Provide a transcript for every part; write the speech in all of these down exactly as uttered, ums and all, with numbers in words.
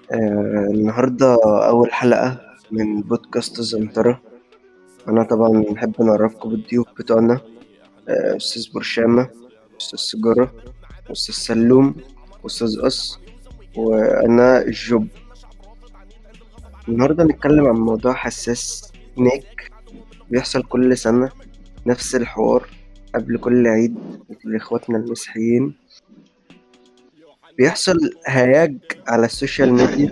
آه، النهاردة أول حلقة من بودكاست الزنطرة. أنا طبعا بنحب نعرفكم بالضيوف بتوعنا. آه، أستاذ برشامة، أستاذ سيجارة، أستاذ سلوم، أستاذ قص، وأنا الجوب. النهاردة نتكلم عن موضوع حساس نيك بيحصل كل سنة، نفس الحوار قبل كل عيد لإخواتنا المسيحيين. بيحصل هياج على السوشيال ميديا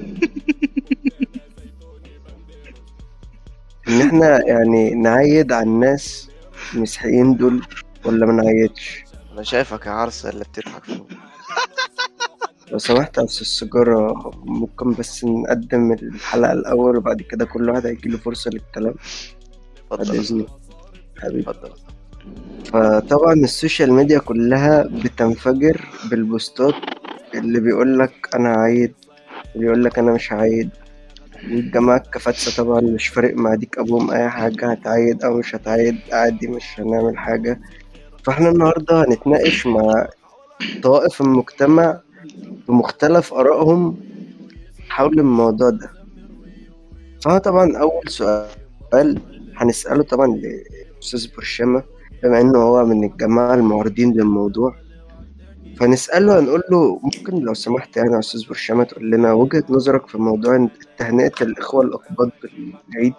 إن إحنا يعني نعيد على الناس المسيحيين دول ولا ما نعيدش. انا شايفك يا عرسة اللي بتضحك فوق. لو سمحت يا أستاذ السيجارة، ممكن بس نقدم الحلقة الأول وبعد كده كل واحد هيجيله فرصة للكلام بعد اتفضل يا صاحبي، إذنك حبيبي. اتفضل يا صاحبي. فطبعا السوشيال ميديا كلها بتنفجر بالبوستات اللي بيقولك أنا هعيد، اللي يقولك أنا مش هعيد، والجماعة الكفاتسة طبعا مش فارق مع ديك أبوهم أي حاجة، هتعيد أو مش هتعيد عادي مش هنعمل حاجة. فاحنا النهاردة هنتناقش مع طوائف المجتمع بمختلف آرائهم حول الموضوع ده. فأنا طبعا أول سؤال هنسأله طبعا لأستاذ برشامة، بما إنه هو من الجماعة المعارضين للموضوع، فنسأله هنقول له ممكن لو سمحت يعني يا أستاذ برشامة تقول لنا وجهة نظرك في موضوع تهنئة الإخوة الأقباط بالعيد.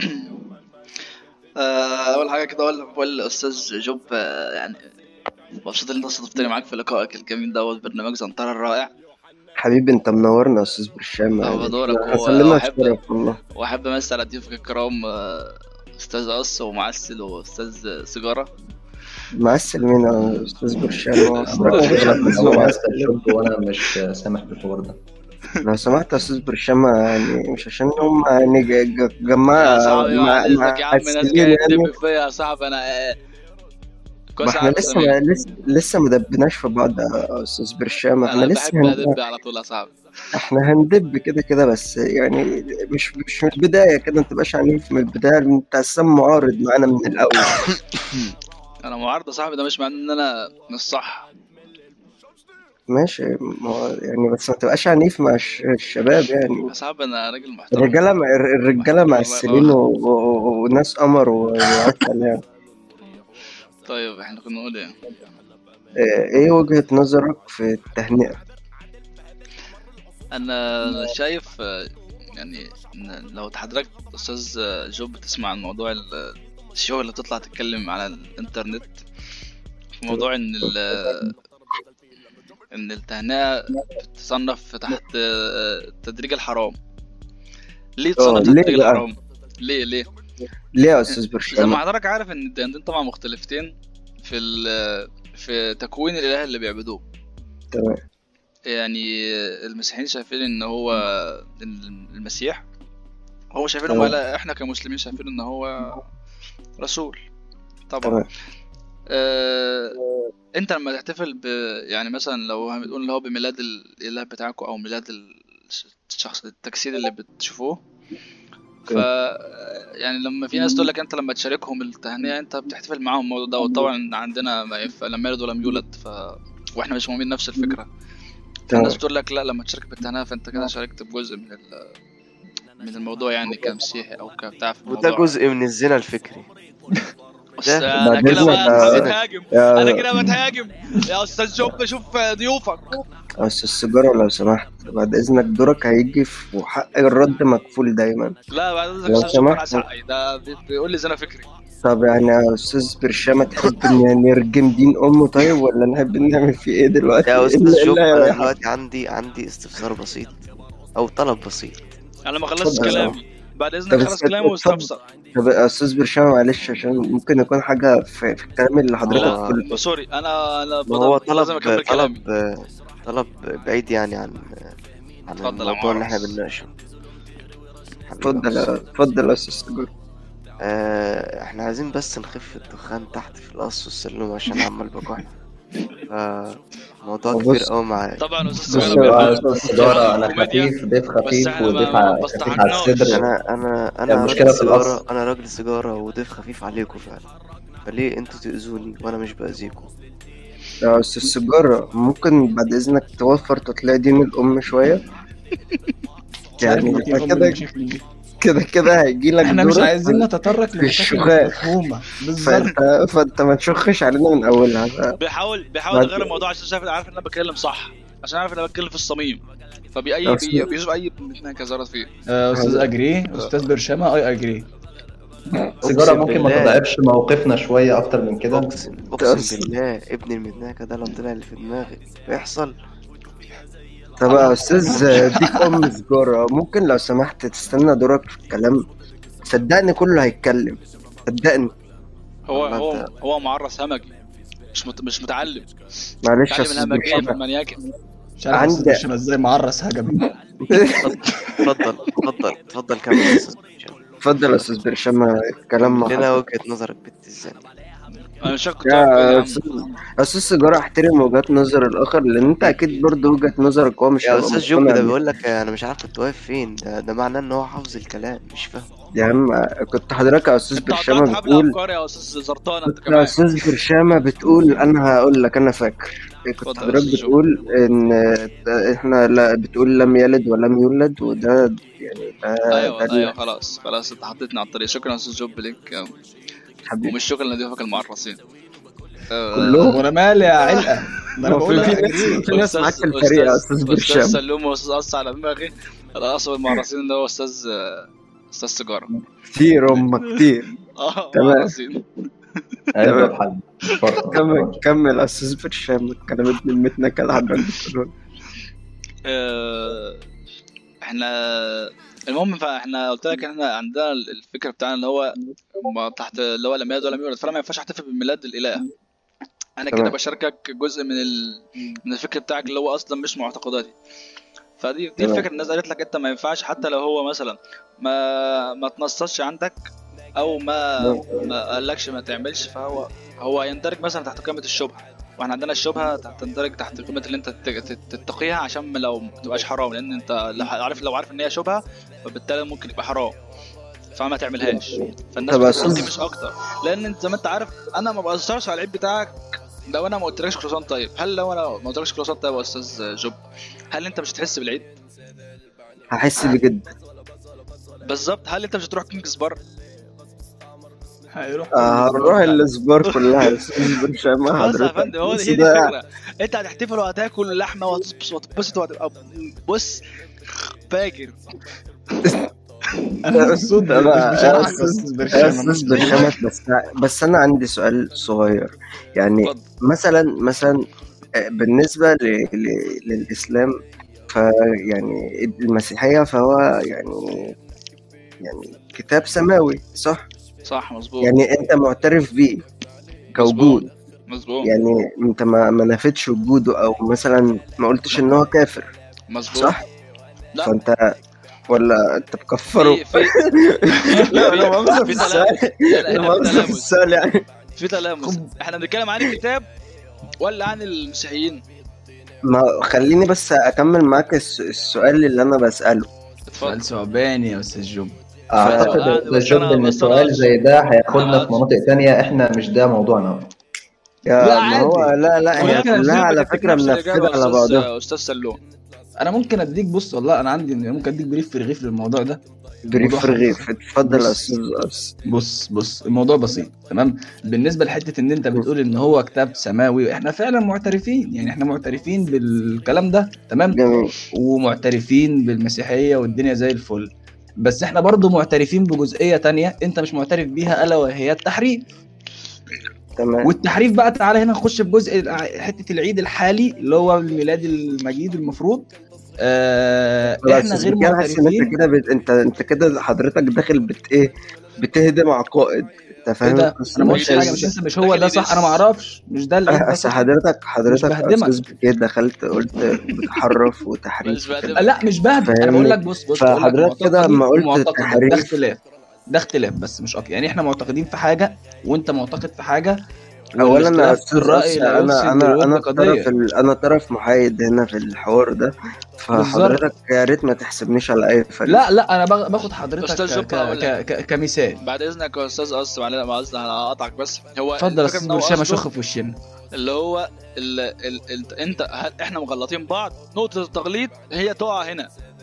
آه، اول حاجه كده اقول بقول الاستاذ جوب، آه، يعني مبسوط ان انت استضفتني معاك في لقائك الجميل دوت برنامج زنطرة الرائع. حبيبي أنت منورنا يا أستاذ برشامة، او يعني بدورك حصل لنا واحب الشرف والله. واحب امسي على ضيوفك الكرام، آه، استاذ قص ومعسل واستاذ سيجاره. معسل مين يا أستاذ برشامة؟ أستاذ- ما فيش حد غلط من اسمه اول معسل. حتى الشرب وانا مش سامح بالحوار ده. لو سمحت يا أستاذ برشامة، يعني مش عشان هم يعني ج- ج- يا جماعة صاحبي مع بعد اذنك يا عم، ناس معسلين جايه يعني. تدب فيا يا صاحبي. انا آه، ما كويس احنا عارف لسه اساميهم. ما لسه لسه ما دبناش في بعض يا أستاذ برشامة، احنا انا لسه بحب هن... ادب على طول يا صاحبي. احنا هندب كده كده، بس يعني مش مش من البداية كده، ما تبقاش عنيف من البداية، انت أساسا معارض معانا من الأول. انا معارض يا صاحبي، ده مش معناه ان انا مش صح. ماشي، ما هو يعني بس ما تبقاش عنيف مع الش- الشباب يعني. يا صاحبي انا راجل محترم. الرجالة مع الرجالة ما- معسلين ما- و... و... وناس قمر و- وعسل يعني. طيب احنا كنا نقول ايه؟ اه، ايه وجهة نظرك في التهنئة؟ انا شايف، آه، يعني إن لو حضرتك استاذ آه، جوب بتسمع عن موضوع ال- الشغل اللي بتطلع تتكلم على الانترنت في موضوع ان ال- ان التهنئة بتصنف تحت آه، التدريج الحرام. ليه اه تصنف تحت ليه التدريج بقى؟ الحرام؟ ليه ليه ليه يا أستاذ زي برشامة؟ ما حضرتك عارف ان الديانتين طبعا مختلفتين في ال- في تكوين الاله اللي بيعبدوه. تمام. يعني المسيحيين شايفين ان هو المسيح، هو شايفينه تمام. مقلق، احنا كمسلمين شايفين ان هو رسول طبعا. تمام. اه، انت لما تحتفل ب، يعني مثلا لو هنقول اللي هو بميلاد الاله بتاعكم او ميلاد الشخص التجسيد اللي بتشوفوه، ف يعني لما في ناس تقول لك انت لما تشاركهم التهنئه انت بتحتفل معاهم الموضوع ده، وطبعا عندنا ما ينفع لما يلد ولم يولد، ف واحنا مش مؤمنين نفس الفكره. فالناس تمام. بتقول لك لا، لما تشارك بالتهنئه فانت كده شاركت بجزء من ال... من الموضوع، يعني كمسيحي او كبتاع في وده الموضوع. جزء من الزنا الفكري. بس ده انا بعد كده إذنك بقى يا بتهاجم، يا انا كده بتهاجم يا استاذ جوب. شوف ضيوفك. يا أستاذ سيجارة لو سمحت، بعد إذنك دورك هيجي في وحق الرد مكفول دايما. لا بعد اذنك لو استاذ جوب، انا سمحت. حقي ده بي- بيقول لي زنا فكري. طب يعني يا أستاذ برشامة تحب إن نرجم دين أمه طيب، ولا نحب نعمل فيه إيه دلوقتي؟ يا إيه استاذ اللي إيه اللي جوب، انا هيريحك؟ دلوقتي عندي عندي استفسار بسيط او طلب بسيط. انا ما خلصتش اتفضل. كلامي، بعد طب اذنك خلص است- كلامي اتفضل. واستفسر. طب يا أستاذ برشامة معلش، عشان ممكن يكون حاجة في, في الكلام اللي حضرتك هو لا قلته. سوري، انا انا ما هو بدل لازم طلب اكمل كلامي. طلب طلب بعيد يعني عن عن اتفضل يا الموضوع اللي احنا معرس. بنناقشه. حبيبي يا اتفضل أستاذ. يا- اتفضل يا أستاذ سيجارة. آه، احنا عايزين بس نخف الدخان تحت في القص والسلم عشان عمال بكح. فموضوع كبير بص قوي معايا. طبعا استاذ بص سيجاره يا آه، بيعمل أستاذ بيعمل السيجارة أنا كوميديا، خفيف، ضيف بس خفيف احنا وضيف ما ما ع- خفيف على بستحقناش. الصدر. انا انا انا راجل المشكلة في القص. سيجاره، انا راجل سيجاره وضيف خفيف عليكم فعلا. فليه انتوا تأذوني وانا مش بأذيكم؟ يا أستاذ سيجارة، ممكن بعد إذنك توفر تطلع دين الأم شوية؟ يعني ميتين أم كده المشاكل دي. كده كده هيجي لك احنا مش دورك عايزين نتطرق لمشاكل مش الشغال. مفهومه بالظبط. فانت فانت ما تشخش علينا من اولها. بيحاول بيحاول بعد- يغير الموضوع عشان شايف عارف ان انا بتكلم صح، عشان عارف ان انا بتكلم في الصميم، فبأي أصل- بي- بيشوف اي اتنين كزارت فيه. آه، استاذ اجري، استاذ برشامه اي اجري. سيجاره أقسم ممكن ما بالله. تضعفش موقفنا شويه اكتر من كده. اقسم اقسم أصل- بالله ابن المدناكة ده لو طلع اللي في دماغي ويحصل. طب يا استاذ ديك ام سجاره، ممكن لو سمحت تستنى دورك في الكلام؟ صدقني كله هيتكلم، صدقني. هو والله هو أنت- هو معرس همجي، مش مت... مش متعلم. معلش يا متعلم استاذ الهمجيه في برشامة. المنياكه. مش عارف عند- استاذ برشامه ازاي معرس هجم. اتفضل اتفضل اتفضل كمل يا أستاذ هشام. اتفضل يا استاذ برشامة، الكلام مع لنا حضرتك. وجهة نظرك بنت الزنا. انا مش كنت واقف بعيد يا يا عم. استاذ يا استاذ سجاره، احترم وجهات نظر الاخر، لان انت اكيد برضه وجهة نظرك هو مش يا هيبقى استاذ جوب مقتنع ده بيها. بيقول لك انا مش عارف كنت واقف فين، ده ده معناه ان هو حافظ الكلام مش فاهم. يا عم كنت حضرتك يا استاذ انت برشامة قطعت حبل بتقول، افكار يا استاذ زرطان انت كنت يا كمان. استاذ برشامة بتقول، انا هقول لك انا فاكر كنت اتفضل يا حضرتك أستاذ جو. بتقول ان احنا لا بتقول لم يلد ولم يولد، وده يعني ده ايوه ده ايوه خلاص خلاص انت حطيتني على الطريق. شكرا يا استاذ جوب ليك، حبيبي ومش شكرا لضيوفك المعرسين. آه، كلهم. وانا مالي يا علقه، ده انا هو بقول في لك ناس اجري. في ناس أستاذ- معاك في الفريق يا استاذ استاذ برشامة. سلوم واستاذ قص على دماغي. انا اقصد المعرسين اللي هو استاذ استاذ سيجاره. كتير هم كتير. اه تمام. معرسين. ايوه بحل مش فرصه. كمل كمل يا استاذ برشامة، الكلام ابن المتنكة اللي حضرتك بتقوله. آه، احنا المهم، فاحنا قلت لك احنا عندنا الفكره بتاعنا اللي هو ما تحت اللي هو لم يلد ولم يولد، فانا ما ينفعش احتفل بميلاد الاله. انا كده تمام. بشاركك جزء من ال... من الفكر بتاعك اللي هو اصلا مش معتقداتي. فدي دي تمام. الفكره. الناس قالت لك انت ما ينفعش حتى لو هو مثلا ما ما تنصصش عندك او ما ما قالكش ما تعملش، فهو هو يندرج مثلا تحت قيمه الشبهه، واحنا عندنا الشبهه تندرج تحت قيمه اللي انت تت- تت- تتقيها عشان لو ما تبقاش حرام، لان انت لو عارف لو عارف ان هي شبهه فبالتالي ممكن يبقى حرام، فما تعملهاش. فالناس طب يا بتتقي أستاذ- مش اكتر، لان انت زي ما انت عارف انا ما بأثرش على العيب بتاعك لو انا ما قلتلكش كروسان طيب. هل لو انا ما قلتلكش كروسان طيب يا استاذ جوب، هل انت مش هتحس بالعيد؟ هحس بجد. بالظبط. هل انت مش هتروح كينجز بار؟ هيروح آه، هنروح الاسبار كلها يا استاذ برشامة خلاص يا حضرتك. فندم، هو بس هي دي ده- الفكره. انت هتحتفل وهتاكل لحمه وهتبص وهتبسط وهتبقى بص فاجر. انا مبسوط لا، مش بشرحك أستاذ- يا استاذ يا برشامه. استاذ برشامة، بس بس انا عندي سؤال صغير. يعني اتفضل. مثلا مثلا آه، بالنسبة ل... ل... للاسلام، فيعني المسيحية فهو يعني يعني كتاب سماوي، صح؟ صح مظبوط. يعني انت معترف بيه كوجود، مظبوط يعني انت ما ما نفيتش وجوده، او مثلا ما قلتش ان هو كافر، مظبوط. صح؟ لا. فانت ولا انت بكفره؟ في في لا انا مؤاخذة في في السؤال، لا، لا، انا هنا في مؤاخذة في تلامس. السؤال يعني. في تلامس. احنا بنتكلم عن الكتاب ولا عن المسيحيين؟ ما خليني بس اكمل معاك الس- السؤال اللي انا بسأله. سؤال اتفضل. ثعباني يا استاذ جوب. اعتقد فأنا- يا بس جوب أنا- ان بس السؤال أنا- زي ده هياخدنا أنا- في مناطق تانية، احنا مش ده موضوعنا. يا لا، ما هو عادي. لا لا هي ممكن كلها ما على تديك فكرة نفس الإجابة منفذة يا على أستاذ- بعضها. يا استاذ سلوم. انا ممكن اديك، بص والله انا عندي ممكن اديك بريف في رغيف للموضوع ده. بريف موضوع في رغيف، اتفضل يا بص. استاذ أس. بص بص الموضوع بسيط تمام. بالنسبه لحته ان انت بتقول ان هو كتاب سماوي، احنا فعلا معترفين، يعني احنا معترفين بالكلام ده تمام، جميل. ومعترفين بالمسيحيه والدنيا زي الفل. بس احنا برضو معترفين بجزئيه تانية انت مش معترف بيها، الا وهي التحريف. تمام. والتحريف بقى تعالى هنا نخش في جزء الع- حته العيد الحالي اللي هو الميلاد المجيد المفروض. آه احنا غير كده حاسس ان معترفين. انت كده بت... انت انت كده حضرتك داخل بت ايه بتهدم عقائد، انت ايه فاهم ده؟ القصة؟ انا ما قلتش مش- حاجه، مش انت مش هو داخل ده صح، انا ما يدس. اعرفش، مش ده العيد ده اصل صح. حضرتك حضرتك يا بهدمك. استاذ بكير دخلت قلت بتحرف وتحريف مش بهدمك. وكده. لا مش بهدل، انا فاهمني؟ بقول لك بص بص بقول لك فحضرتك كده معتقدين لما قلت ومعتقد، ده تحريف، اختلاف، ده اختلاف بس مش اكتر. يعني احنا معتقدين في حاجه وانت معتقد في حاجه، اولا يا والاختلاف في استاذ الراي أس، لا يفسد انا انا للود انا قضيه. الطرف ال- انا طرف محايد هنا في الحوار ده، فحضرتك يا ريت ما تحسبنيش على اي فريق. لا لا انا باخ- باخد حضرتك أستاذ ك... جوب هقول ك... ك... كمثال. بعد اذنك يا استاذ قص، معلش ما قصدي هقطعك بس. هو اتفضل يا الفكرة استاذ إن هو برشام، قصده شخ في وشنا. اللي هو ال ال ال انت هل احنا مغلطين بعض؟ نقطة التغليط هي تقع هنا.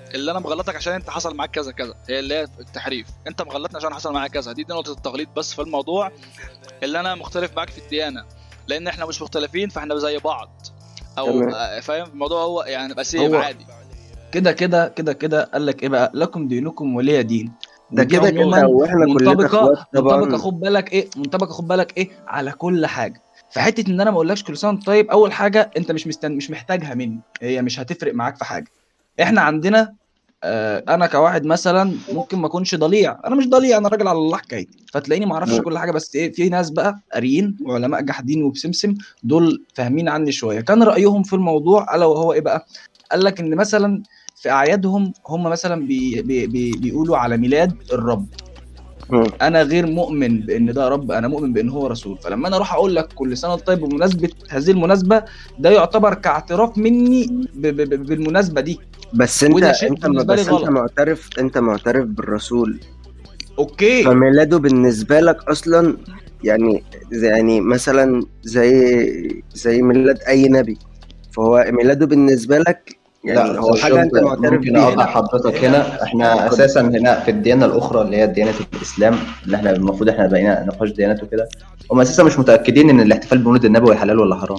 اللي انا مغلطك عشان انت حصل معاك كذا كذا، هي اللي هي التحريف. انت مغلطني عشان حصل معاك كذا، دي, دي نقطه التغليط بس في الموضوع. اللي انا مختلف معاك في الديانه لان احنا مش مختلفين فاحنا زي بعض، او تمام. آه، فاهم الموضوع هو يعني بقى سيم هو عادي. كده كده كده كده قال لك ايه بقى، لكم دينكم ولي دين. ده ودي كده كده عموما واحنا كلنا منطبقه اخوات منطبقه طبعا. خد بالك ايه منطبقه خد بالك ايه على كل حاجه. فحته ان انا ما اقولكش كل سنه وأنت طيب، اول حاجه انت مش مستن... مش محتاجها مني، هي مش هتفرق معاك في حاجه. احنا عندنا آه انا كواحد مثلا ممكن ما اكونش ضليع، انا مش ضليع، انا راجل على الله حكايتي، فتلاقيني ما اعرفش كل حاجه. بس ايه، في ناس بقى قاريين وعلماء جحدين وبسمسم، دول فاهمين عني شويه. كان رايهم في الموضوع الا وهو ايه بقى، قال لك ان مثلا في اعيادهم هم مثلا بي بي بي بيقولوا على ميلاد الرب، مم. انا غير مؤمن بان ده رب، انا مؤمن بان هو رسول. فلما انا اروح اقول لك كل سنه وأنت طيب بمناسبه هذه المناسبه، ده يعتبر كاعتراف مني ب ب ب بالمناسبه دي. بس انت وده شيء انت ما بالنسبة لي بس انت غلط. معترف انت معترف بالرسول، اوكي فميلاده بالنسبه لك اصلا يعني زي يعني مثلا زي زي ميلاد اي نبي، فهو ميلاده بالنسبه لك يعني لا هو أستاذ حاجه انت شوف، معترف ممكن بيها. اقطع حضرتك هنا. احنا اساسا هنا في الديانه الاخرى اللي هي ديانه الاسلام، اللي احنا المفروض احنا بقينا نقاش ديانات وكده، هم اساسا مش متاكدين ان الاحتفال بمولد النبوي حلال ولا حرام.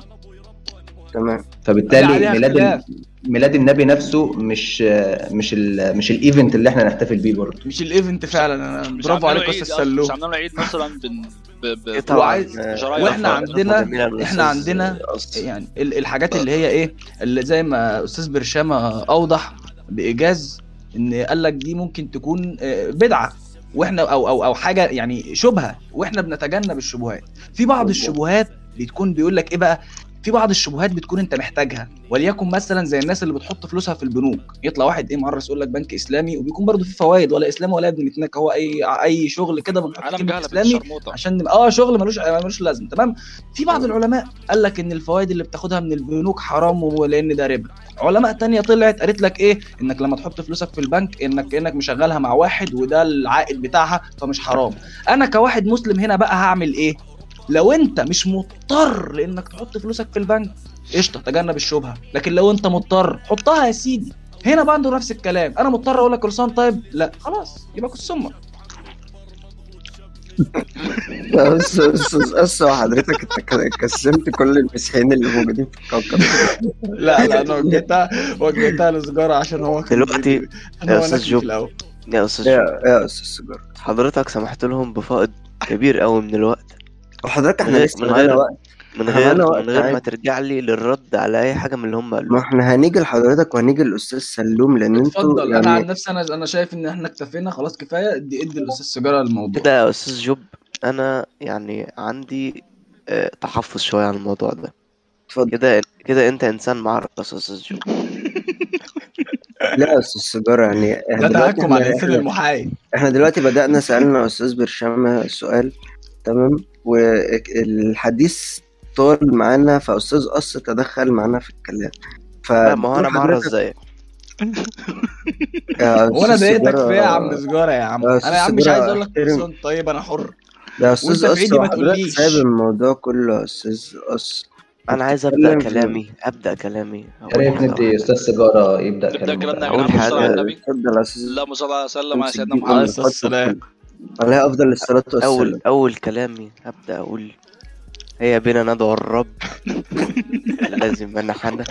تمام. فبالتالي عليها ميلاد ال... اختلاف. ميلاد النبي نفسه مش مش ال... مش الايفنت اللي احنا نحتفل بيه برضه. مش الايفنت فعلا. انا مش برافو عاملين عليك له استاذ عيد أصلاً، مش سلوم. عاملين له عيد مثلا بن ب ب إيه ب- طبعا. وعايز آه، جرايد واحنا أو- عندنا جميلة الأستاذ احنا عندنا أص- يعني ال- الحاجات اللي هي ايه، اللي زي ما استاذ برشامه اوضح بايجاز، ان قال لك دي ممكن تكون آه، بدعه، واحنا او او او حاجه يعني شبهه، واحنا بنتجنب الشبهات. في بعض الشبهات بتكون بيقول لك ايه بقى، في بعض الشبهات بتكون انت محتاجها، وليكن مثلا زي الناس اللي بتحط فلوسها في البنوك، يطلع واحد ايه معرس يقول لك بنك اسلامي، وبيكون برضو في فوائد، ولا اسلامي ولا ابن متنك، هو اي اي شغل كده بنحط عالم كلمه جهله بنت اسلامي شرموطه. عشان نبقى- اه شغل ملوش ملوش لازمه. تمام. في بعض العلماء قال لك ان الفوائد اللي بتاخدها من البنوك حرام ولان ده ربا. علماء تانية طلعت قالت لك ايه، انك لما تحط فلوسك في البنك انك كانك مشغلها مع واحد وده العائد بتاعها فمش حرام. انا كواحد مسلم هنا بقى هعمل ايه؟ لو انت مش مضطر لانك تحط فلوسك في البنك قشطه تجنب الشبهه، لكن لو انت مضطر حطها يا سيدي. هنا برضه نفس الكلام، انا مضطر اقول لك كل سنه طيب، لا خلاص يبقى كل سمه. بس بس بس حضرتك انت ك- كسمت كل المسيحيين اللي موجودين في الكوكب. لا لا انا وجهتها وجهتها لسجاره عشان هو كان دلوقتي بي- عشان يا هو أستاذ نكلي جوب. في الاول. يا أستاذ يا جو، يا استاذ سجار، حضرتك سمحت لهم بفائض كبير قوي من الوقت، وحضرتك من احنا غير لسه من معانا غير وقت. من احنا معانا غير وقت من غير ما عادي. ترجع لي للرد على أي حاجة من اللي هم ما قالوه. احنا هنيجي لحضرتك وهنيجي للاستاذ سلوم لان انتوا اتفضل. انا يعني عن نفسي انا انا شايف ان احنا اكتفينا خلاص، كفايه ادي ادي الاستاذ سجاره الموضوع. كده يا أستاذ جوب، أنا يعني عندي آه، تحفظ شوية عن الموضوع ده. اتفضل. كده كده أنت إنسان معرض يا أستاذ جوب. لا يا استاذ سجارة، يعني ده دلوقتي تهكم على احنا الانسان احنا, المحايد. احنا دلوقتي بدأنا سألنا استاذ برشامة سؤال، تمام، والحديث طول معانا، فاستاذ قص تدخل معانا في الكلام. لا، ما هو أنا فدور معرض حضرتك زيك. يا وانا استاذ ضايقتك سجارة. فيها يا عم سجاره يا عم. يا أستاذ انا يا عم مش سجارة عايز اقول لك كل احترم. سنه وأنت طيب، انا حر. يا استاذ وانت في قص، عيدي ما وحضرتك تقوليش. سايب الموضوع كله يا استاذ قص. أنا عايز أبدأ بتتكلم في- كلامي أبدأ كلامي يا أقول ريت حاجة ندي واحدة. استاذ سيجاره يبدا نبدا كلامه كلامنا يا بقى. أول جماعه بالصلاه على حاجة النبي. اتفضل يا استاذ. اللهم صل على وسلم على امسك سيدنا دي محمد. عليه الصلاة والسلام. عليه افضل الصلاة والسلام. أول أول كلامي هبدأ أقول هيا بنا ندعو الرب الذي منحنا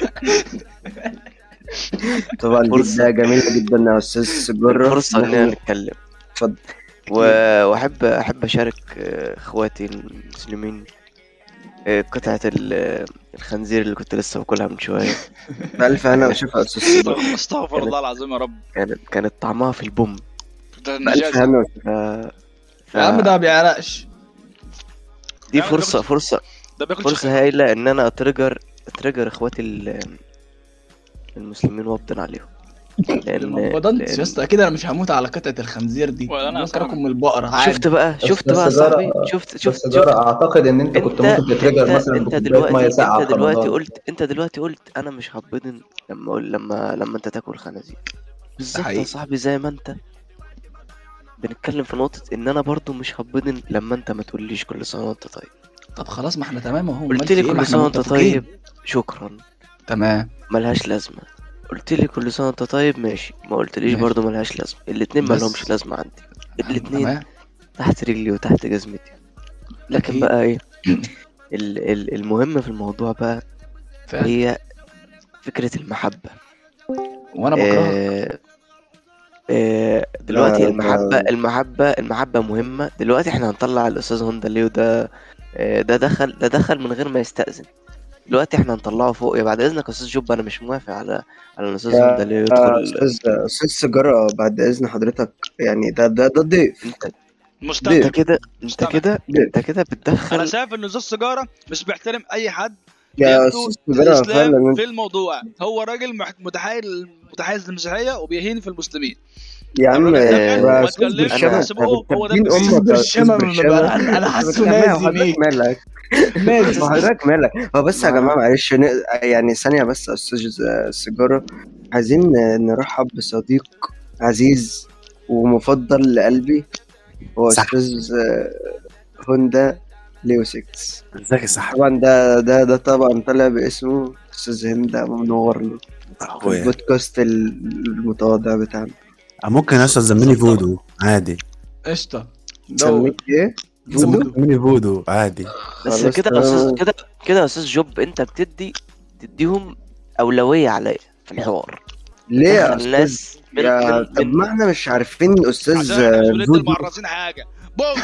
طبعا دي فرصة. بداية جميلة جدا يا استاذ سجارة. فرصة إننا نتكلم. اتفضل. و- واحب احب اشارك آه، اخواتي المسلمين آه، قطعة ال- الخنزير اللي كنت لسه باكلها من شوية. بألف هنا وشفا يا استاذ سجارة. استغفر الله العظيم يا رب. كانت كانت طعمها في البوم. ده بألف نجاسه. هنا وشفا. ف... ف... يا عم ده ما بيعرقش. دي يا عم ده فرصة بياكل- فرصة ده بياكل فرصة شخير. هايلة ان انا اترجر اترجر اخواتي ال- المسلمين وابطن عليهم. لان ما بضنتش يا لأن- اسطى، اكيد انا مش هموت على قطعه الخنزير دي. ولا أنا ممكن صراحة. اكل من البقره عادي. شفت بقى شفت أستاذ بقى يا سيجارة- صاحبي شفت استاذ شفت شفت سيجاره اعتقد ان انت كنت انت ممكن تترجر انت مثلا انت بكوبايه دلوقتي ميه ساقعه انت في دلوقتي رمضان. قلت انت دلوقتي قلت انا مش هبدن لما اقول لما لما انت تاكل خنازير. بالظبط يا حقيقي. صاحبي، زي ما انت بنتكلم في نقطة ان انا برضو مش هبدن لما انت ما تقوليش كل سنة وانت طيب. طب خلاص ما احنا تمام اهو. قلت أمال لي في إيه؟ ما كل احنا سنة وانت متفقين. طيب شكرا، تمام. ملهاش لازمة. قلت لي كل سنه وانت طيب ماشي، ما قلتليش ماشي. برضو ملهاش لازمه، الاتنين بس. مالهمش لازمه عندي، الاتنين تمام. تحت رجلي وتحت جزمتي. لكن أكيد. بقى ايه ال- ال- المهم في الموضوع بقى فعلا. هي فكره المحبه. وانا بكرهك. آه، آه، دلوقتي لا، المحبة المحبة المحبة مهمة. دلوقتي احنا هنطلع الأستاذ هوندا ليه، وده آه، ده دخل ده دخل من غير ما يستأذن. دلوقتي احنا هنطلعه فوق. يا بعد إذنك يا أستاذ جوب، أنا مش موافق على على الأستاذ هوندا ليه يا يدخل. استاذ استاذ سيجاره بعد اذن حضرتك، يعني ده ده ده ضيف انت انت مستمع ضيف كده انت مستمع. كده ضيف. انت كده انا بتدخل. شايف ان استاذ سيجاره مش بيحترم اي حد يا بيبدو استاذ سيجاره الاسلام فعلا في الموضوع. هو راجل مح- متحيز متحيز للمسيحيه وبيهين في المسلمين. يا عم الراجل ده آه، غير يا وما استاذ تكلمش برشامه، أنا- اسمه هو هو ده دين المسيح. امك يا استاذ برشامة برشامه. انا انا انت حاسه بتعملها نازي وحضرتك ميك مالك؟ نازي. وحضرتك مالك؟ هو بس يا ما- جماعه معلش ن- يعني ثانيه بس يا استاذ سيجاره، عايزين نرحب بصديق عزيز ومفضل لقلبي، هو صح. استاذ هوندا ليو ستة. ازيك يا صاحبي طبعا ده ده ده طبعا طلع باسمه استاذ هند، منورنا في اخويا؟ البودكاست المتواضع بتاعنا. ممكن اصلا تسميني فودو عادي، قشطه. سميك ايه؟ فودو؟ تسميني فودو عادي. بس خلاص كده يا تمام. أستاذ كده كده يا أستاذ جوب، أنت بتدي تديهم أولوية عليا في الحوار. ليه يا دخل استاذ؟ ناس من يا من طب من ما احنا مش عارفين استاذ عشان احنا مش بندي فودو. المعرضين حاجه. بوم.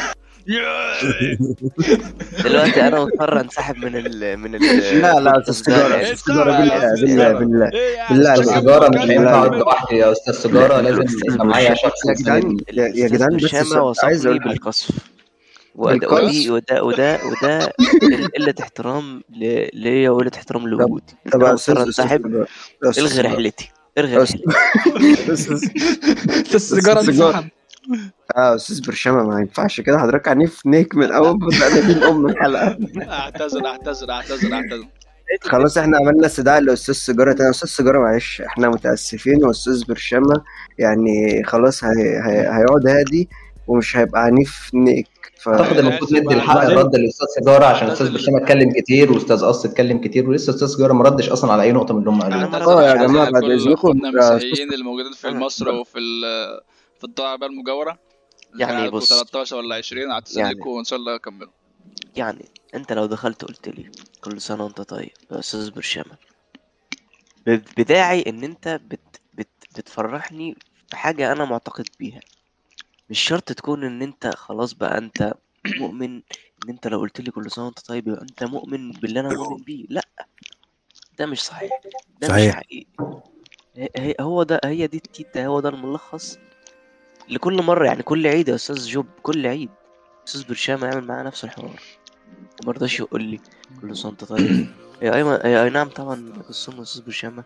دلوقتي انا مضطر انسحب من ال من ال لا لا استاذ سيجاره، إيه استاذ سيجاره بالله بالله بالله ايه يا بالله أستاذ عليك. السيجاره مش كلم هينفع اقعد كلم. لوحدي يا استاذ سيجاره، لازم يبقى معايا شخص يا جدعان يساندني. يا يا الأستاذ جدعان بس برشامة س- عايز وصفني اقول حاجه. بالقصف، وده بالقصف؟ ودي وده وده وده قلة احترام ل- ليا وقلة احترام لوجودي. طب انا يا مضطر استاذ استاذ انسحب. سيجاره، يا استاذ الغي سيجاره، رحلتي الغي يا رحلتي استاذ السيجاره السيجارة. انسحب. اه استاذ برشامه ما ينفعش كده، حضرتك عنيف نيك من اول ما بدأنا دين ام الحلقه. اعتذر اعتذر اعتذر اعتذر. خلاص احنا عملنا استدعاء لاستاذ سيجاره تاني. استاذ سيجاره معلش احنا متاسفين، واستاذ برشامه يعني خلاص هي... هي... هيقعد هادي ومش هيبقى عنيف نيك. ف... اعتقد المفروض ندي الحق الرد للاستاذ سيجاره، عشان الاستاذ برشام اتكلم كتير واستاذ قص اتكلم كتير، ولسه استاذ سيجاره ما ردش اصلا على اي نقطه من اللي هم قالوها. أنا اعتذر اه يا اعتذر جماعه على بعد كل اذنكم اخواتنا يا المسيحيين اللي موجودين في أنا- مصر وفي ال- في الضربه المجاوره. يعني بص. تلتاشر ولا عشرين اعتذر يعني- لكم وان شاء الله اكملوا. يعني انت لو دخلت قلت لي كل سنة وانت طيب يا استاذ برشامة، ب- بداعي ان انت بت بت بتفرحني بحاجة انا معتقد بيها. مش شرط تكون ان انت خلاص بقى انت مؤمن ان انت لو قلت لي كل سنة وانت طيب يبقى انت مؤمن باللي انا مؤمن بيه. لا، ده مش صحيح، ده مش صحيح. حقيقي. هي- هي- هو ده هي دي التيت ده هو ده الملخص لكل مرة. يعني كل عيد يا استاذ جوب، كل عيد استاذ برشامة يعمل معايا نفس الحوار، مرضاش يقول لي كل سنة وانت طيب. يا ايمن يا اي نعم طبعا يخصهم استاذ برشامة.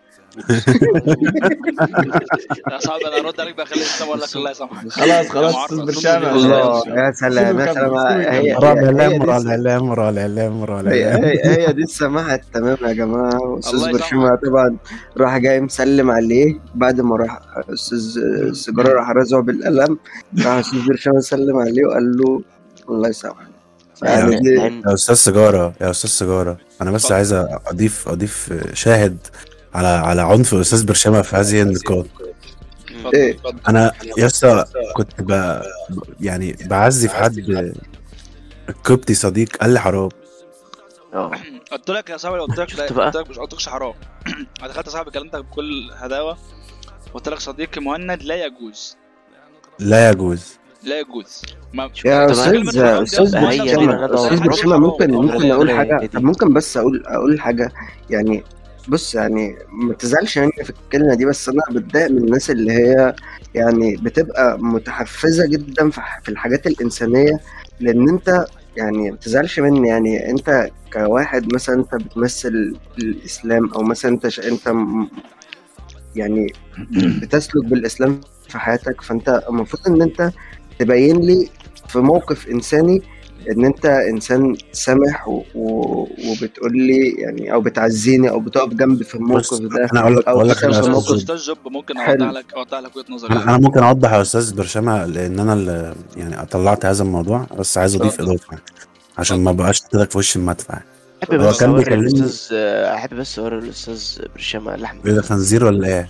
يا صاحبي انا ارد عليك بقى، خلي الاسلام اقول لك الله يسامحك. خلاص خلاص يا استاذ معرض. برشامه. الله يا سلام يا سلام. هي مرة هي- هي الاعلام دي مرة الس- الاعلام مرة الاعلام مرة هي, الاعلام هي, هي دي السماحة التمام يا جماعة. الله أستاذ يسامحك. برشامة طبعا راح جاي مسلم عليه بعد ما راح أستاذ سيجارة راح رازعه بالقلم، راح أستاذ برشامة سلم عليه وقال له الله يسامحك. يعني لأن دي لأن يا استاذ سيجاره يا استاذ سيجاره انا بس اتفضل. عايز اضيف اضيف شاهد على على عنف الاستاذ برشامه في هذه النقاط. اتفضل إيه؟ اتفضل. انا يا اسطى كنت ب... يعني بعزي في حد القبطي صديق قال لي حرام. اه قلت لك يا صاحبي، قلت لك شفت بقى؟ قلت لك مش قلتلكش حرام. انا دخلت يا صاحبي كلمتك بكل هداوه، قلت لك صديقي مهند لا يجوز لا يجوز. لا يجوز. ما يا طب أستاذ كلمة أستاذ حرام دي هي أصلاً دي برشامة بقى أستاذ ندعو برشامة حرام. ممكن حرام. ممكن أقول حرام. حاجة. طب ممكن بس أقول أقول حاجة يعني. بص يعني ما تزعلش مني في الكلمة دي، بس أنا بتضايق من الناس اللي هي يعني بتبقى متحفزة جدا في ح- في الحاجات الإنسانية. لأن أنت يعني ما تزعلش مني، يعني أنت كواحد مثلا أنت بتمثل الإسلام، أو مثلا أنت ش... أنت م- يعني بتسلك بالإسلام في حياتك، فأنت المفروض إن أنت تبين لي في موقف إنساني ان انت انسان سامح و... و... وبتقول لي يعني او بتعزيني او بتقف جنبي في بص الموقف ده. انا اقول لك أو اقول لك مثلاً يا في استاذ موقف- جوب. استاذ جوب ممكن حلو. اوضح لك اوضح لك وجهه نظري. انا انا ممكن اوضح يا استاذ برشامه لان انا اللي يعني طلعت هذا الموضوع، بس عايز اضيف اتفضل. اضافه عشان ما بقاش كده في وش المدفع. احب هو بس كان اوري بيكلمني الاستاذ احب بس اوري الاستاذ برشامه لحمه ايه ده، خنزير ولا ايه؟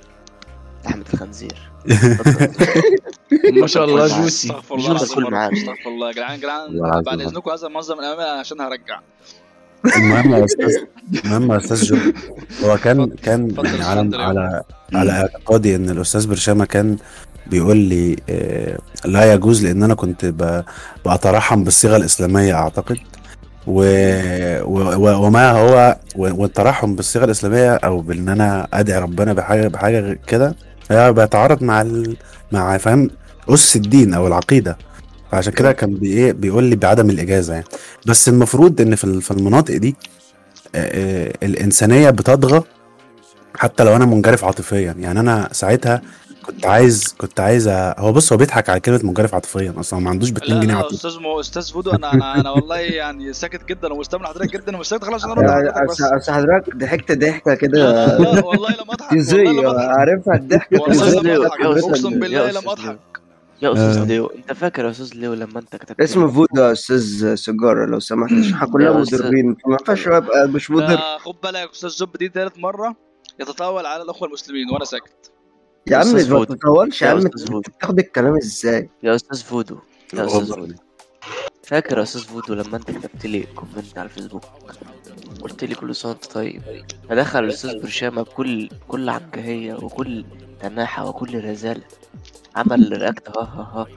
لحمه الخنزير. اتفضل ما شاء اتفضل الله كل معانا، جوسي استغفر الله اتفضل جوسي. العظيم كل يا رب، معانا. استغفر الله يا جدعان يا جدعان، والله بعد العظيم. اذنكم هذا منظم الامانه عشان هرجع. المهم يا استاذ المهم يا استاذ جو، هو كان اتفضل كان اتفضل يعني يا على استاذ اندريو. على على اعتقادي ان الاستاذ برشامه كان بيقول لي آه، لا يجوز، لان انا كنت ب- بترحم بالصيغه الاسلاميه اعتقد، و... و... و- وما هو و- والترحم بالصيغه الاسلاميه او بان انا ادعي ربنا بحاجه بحاجه غير كده، هي بيتعارض مع ال... مع فاهم اس الدين او العقيده. فعشان كده كان بي ايه بيقول لي بعدم الاجازه يعني. بس المفروض ان في ال- في المناطق دي آه، آه، الانسانيه بتطغى، حتى لو انا منجرف عاطفيا. يعني انا ساعتها كنت عايز كنت عايز أ- هو بص، هو بيضحك على كلمه منجرف عاطفيا، اصلا ما عندوش ب اتنين لا جنيه لا عاطفي. استاذ مو استاذ فودو، انا انا انا والله يعني ساكت جدا ومستمع لحضرتك جدا ومستني خلاص عشان ارد على يعني حضرتك أصل بس. أصل حضرتك ضحكت ضحكة لا كده لا لا والله لم اضحك، والله تيزية، لم اضحك، عارفها الضحكة والله يا التيزية استاذ لم ليو بتاعت اضحك، يا حضرتك اقسم استاذ دي. بالله يا لم استاذ اضحك. ليو يا استاذ آه. ليو، انت فاكر يا استاذ ليو لما انت كتبت اسمه لي فودو يا أستاذ سيجارة لو سمحت، عشان احنا كلنا يا استاذ مضرين، فما ينفعش أبقى مش مضر. ده خد بالك يا استاذ زب، دي ثالث مره يتطاول على الاخوه المسلمين وانا ساكت. يا يا عم استاذ ما فودو تتطولش يا يا عم، استاذ انت فودو بتاخد الكلام ازاي؟ يا استاذ فودو يا استاذ والله. فودو، فاكر يا استاذ فودو لما انت كتبت لي كومنت على الفيسبوك قلت لي كل سنه وانت طيب، فدخل الاستاذ برشامه بكل كل عنجهيه وكل تناحه وكل رزاله، عمل رياكت ها ها ها،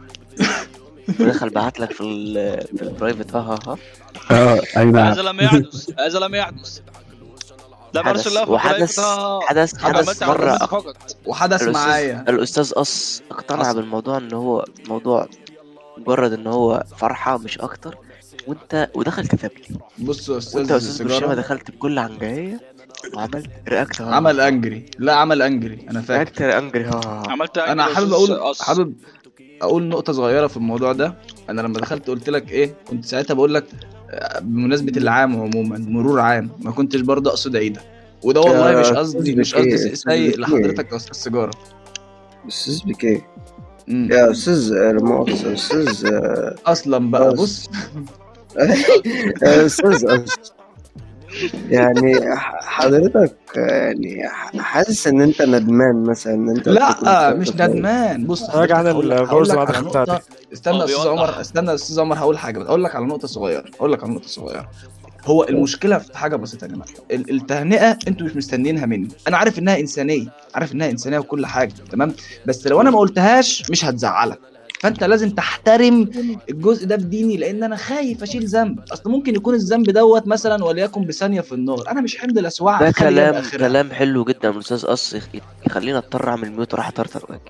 ودخل بعت لك في ال في البرايفت ها ها ها. اه اي نعم. هذا لم يحدث، هذا لم يحدث. ده حدث برسل الله في وحدث برايفت. حدث عملت حدث على مره البس أق... فقط. وحدث الاستاذ معايا الاستاذ قص اقتنع حصل. بالموضوع ان هو موضوع مجرد ان هو فرحه مش اكتر، وانت ودخل كتب لي، بص يا وانت يا استاذ استاذ برشامه سيجاره، دخلت بكل عنجهيه وعملت رياكت ها عمل انجري، لا عمل انجري انا فاكر. رياكت انجري ها ها ها. عملت انا أنجل يا حابب أستاذ اقول قص. حابب اقول نقطه صغيره في الموضوع ده. انا لما دخلت قلت لك ايه، كنت ساعتها بقول لك آه، بمناسبه العام عموما، مرور عام، ما كنتش برضه اقصد عيده، وده والله يا مش أستاذ قصدي مش قصدي بكيه، سي- أستاذ سيء بكيه، لحضرتك يا استاذ سيجاره. أستاذ بكيه مم. يا أستاذ، لا مؤاخذة أستاذ اصلا بقى أص- بص يا أستاذ أص- يعني ح- حضرتك يعني ح- حاسس ان انت ندمان مثلا ان انت قلت كل لا سنة مش وأنت طيب. ندمان. بص راجع حضرتك عن هقول لك هقول البرز لك بعد على نقطه. بتاعتي. استنى هو يا استاذ بيوضح. عمر، استنى يا استاذ عمر، هقول حاجه، اقول لك على نقطه صغيره اقول لك على نقطه صغيره. هو المشكله في حاجه بسيطه يا جماعه، ال- التهنئه انتوا مش مستنيينها مني، انا عارف انها انسانيه، عارف انها انسانيه وكل حاجه تمام، بس لو انا ما قلتهاش مش هتزعلك، فانت لازم تحترم الجزء ده بديني، لان انا خايف اشيل ذنب. اصل ممكن يكون الذنب دوت مثلا وليكن بثانيه في النار، انا مش حمل الاسواع ده خلي جنب كلام اخرها. كلام حلو جدا من الاستاذ قص، يخ- يخلينا اضطر اعمل ميوت وراح اطرطر واجي.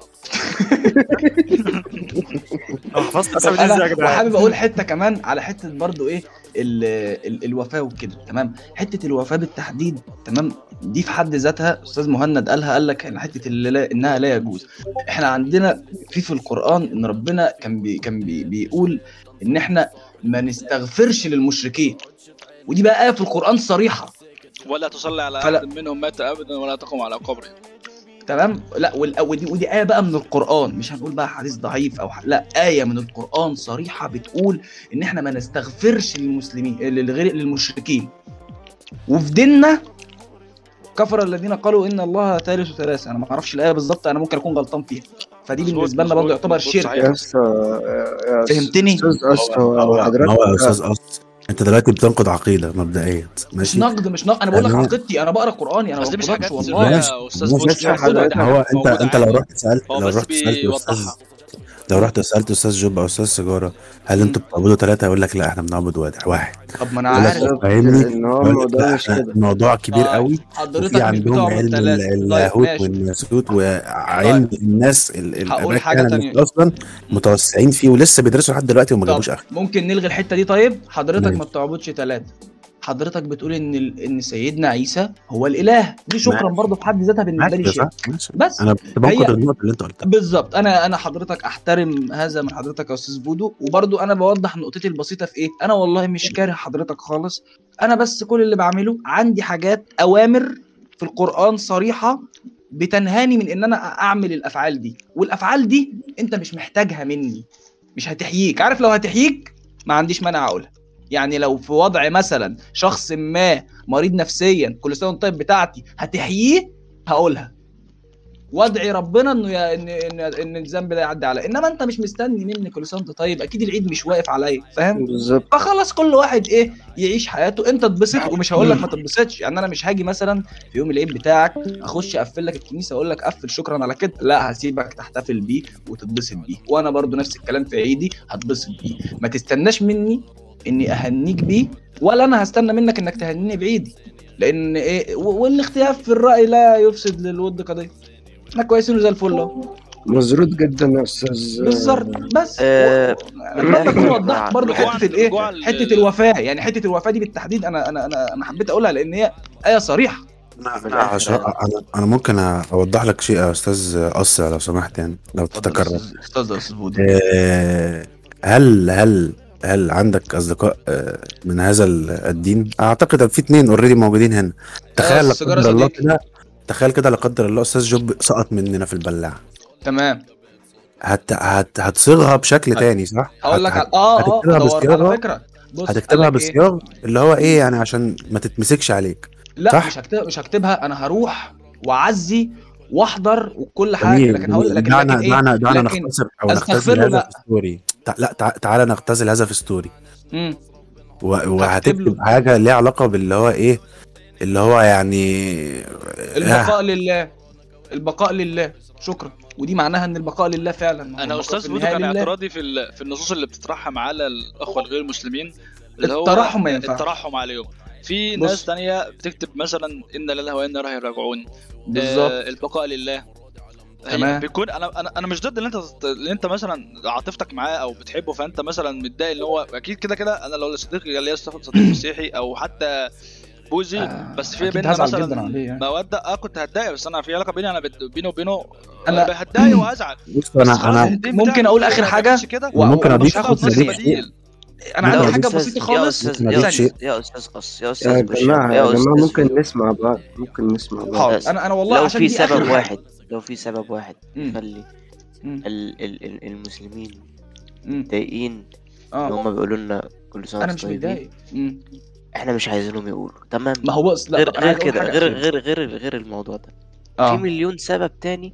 أنا حفظت طب اسامي دي ازاي يا انا جدعان؟ وحابب اقول حته كمان على حته برضو ايه ال ال الوفاه وكده تمام. حته الوفاه بالتحديد تمام، دي في حد ذاتها استاذ مهند قالها، قال لك ان حته اللي لا انها لا يجوز. احنا عندنا في في القران ان ربنا كان بي كان بي بيقول ان احنا ما نستغفرش للمشركين، ودي بقى ايه في القران صريحه ولا تصلي على فلا. احد منهم مات ابدا ولا تقوم على قبره. تمام. لا وال- ودي ودي ايه بقى من القران، مش هنقول بقى حديث ضعيف او ح... لا، ايه من القران صريحه بتقول ان احنا ما نستغفرش للمسلمين للغير للمشركين. وفي ديننا كفر الذين قالوا ان الله ثالث ثلاثه، انا ما اعرفش الايه بالظبط، انا ممكن اكون غلطان فيها، فدي مظبوط، بالنسبه لنا مظبوط، برضه يعتبر مظبوط، شرك. صحيح. يا اسطى يا أستاذ- فهمتني؟ استاذ اسطى هو هو حضرتك هو يا استاذ قص، انت دلوقتي بتنقد عقيده مبدئيا مش ماشي. نقد مش نقد، انا بقول لك أنا- عقيدتي، انا بقرا قراني، انا بس ما دي مش بقولكش حاجات والله. ماشي. يا استاذ ماشي. فوزي، بس دي حاجات حضرتك- موجودة هو عادي، انت موجودة انت لو عادي. رحت سالت هو لو بس رحت سالت استاذ بيوضحها. لو رحت سالت استاذ جوب او استاذ سيجاره هل انتوا بتعبدوا ثلاثه، يقول لك لا احنا بنعبد واحد واحد. طب ما انا يقول لك عارف طب فاهمني، ان هو يقول لك الموضوع لا مش احنا كده. الموضوع كبير آه، قوي، حضرتك وفي مش عندهم بتعبد علم ثلاثة. ال- طيب اللاهوت ماشي. والناسوت وعلم الناس ال- هقول الاباء حاجة كانوا تانية. اصلا متوسعين فيه ولسه بيدرسوا لحد دلوقتي وما طب جابوش اخر. ممكن نلغي الحته دي. طيب حضرتك ماشي. ما بتعبدش ثلاثه، حضرتك بتقول ان ال... ان سيدنا عيسى هو الاله، دي شكرا ماشي. برضه في حد ذاتها بالنسبه لي ماشي شيء. صح ماشي. بس انا كنت بنقد هي- النقطه اللي انت قلتها. بالظبط، انا انا حضرتك احترم هذا من حضرتك يا استاذ بودو، وبرضو انا بوضح نقطتي البسيطه في ايه، انا والله مش كاره حضرتك خالص، انا بس كل اللي بعمله عندي حاجات اوامر في القران صريحه بتنهاني من ان انا اعمل الافعال دي، والافعال دي انت مش محتاجها مني، مش هتحييك، عارف لو هتحييك ما عنديش مانع اقولها، يعني لو في وضع مثلا شخص ما مريض نفسيا كل سنه وانت طيب بتاعتي هتحييه هقولها، وادعي ربنا انه يا ان ان ان الذنب ده يعدي عليا. انما انت مش مستني مني كل سنه وانت طيب، اكيد العيد مش واقف عليا، فاهم؟ بالظبط. فخلاص كل واحد ايه يعيش حياته، انت تبسط ومش هقول لك ما تتبسطش. يعني انا مش هاجي مثلا في يوم العيد بتاعك اخش اقفل لك الكنيسه اقول لك قفل شكرا على كده، لا هسيبك تحتفل بيه وتتبسط بيه، وانا برضو نفس الكلام في عيدي هتبسط بيه. ما تستناش مني اني اهنيك بيه، ولا انا هستنى منك انك تهنيني بعيدي، لان ايه والاختلاف في الراي لا يفسد للود قضيه. احنا كويسين وزي الفل اهو. مزروط جدا يا استاذ. بالظبط. بس آه، اتمنى اكون وضحت برضو رجوعاً- حته الايه رجوعاً لل- حته الوفاه. يعني حته الوفاه دي بالتحديد انا انا انا انا حبيت اقولها لان هي ايه صريحه. انا أنا عشان انا انا ممكن اوضح لك شيء يا استاذ قص لو سمحت، يعني لو تتكرر. استاذ استاذ بودي، آه، هل هل هل عندك اصدقاء آه، من هذا الدين؟ اعتقد في اتنين اوريدي موجودين هنا. تخيل لا السيجارة قدر الله صديقي. كده، تخيل كده لا قدر الله استاذ جوب سقط مننا في البلاعه، تمام. هت هت هتصيغها بشكل تاني صح؟ هقول لك هت- على- اه اه هتكتبها هدور بصياغة، على فكره. بص هتكتبها قال لك إيه؟ بصياغ اللي هو ايه يعني عشان ما تتمسكش عليك. لا صح؟ مش هكتب مش هكتبها، انا هروح واعزي واحضر وكل حاجه، جميل لكن هقول لكن دعنا لكن ايه دعنا دعنا لكن نختصر او أستغفر نختزل له هذا لا. في ستوري. تع- لا تع- تعالى نختزل هذا في ستوري امم و- له. وهتكتب حاجه ليها علاقه باللي هو ايه اللي هو يعني البقاء لله، البقاء لله، شكرا. ودي معناها ان البقاء لله فعلا. انا البقاء استاذ في بودو النهاية كان لله. اعتراضي في ال- في النصوص اللي بتترحم على الاخوه الغير المسلمين، اللي هو الترحم ما ينفعش. الترحم عليهم. في بص. ناس تانية بتكتب مثلا ان لله وانا اليه راجعون، بالظبط. آه البقاء لله. تمام. هي بيكون انا انا انا مش ضد ان انت اللي انت مثلا عاطفتك معاه او بتحبه، فانت مثلا متضايق ان هو اكيد كده كده. انا لو صديقي قال لي صديق مسيحي او حتى بوزي آه، بس في أكيد بيننا هزعل جداً مثلا عليه يعني. موده، اه كنت هتضايق، بس انا في علاقه بيني انا بت- بيني وبينه أنا- انا هتضايق وهزعل. بص بس انا خلاص انا الدين ممكن بتاعك أقول هو آخر ما حاجة؟ بيعملش كده، وممكن ومش اضيف هاخد هاخد نفس نفس الشيء. بديل. انا لا، عندي يا حاجه أستاذ- بسيطه يا خالص. استاذ ممكن يا أضيف استاذ شيء. يا استاذ قص يا يا استاذ برشام جماعة يا يا جماعة استاذ ممكن بودو. نسمع بعض، ممكن نسمع بعض. حاضر. انا انا والله لو عشان في دي آخر سبب حاجة. واحد لو في سبب واحد مم. يخلي مم. ال ال ال المسلمين مم. متضايقين ان اه هم بيقولوا لنا كل سنه انا وانتم مش طيبين، متضايق. مم. احنا مش عايزينهم يقولوا تمام. ما هو بص لا غير طب أنا غير عايز أقول كده حاجة غير أخيرة. غير غير غير الموضوع ده في اه مليون سبب تاني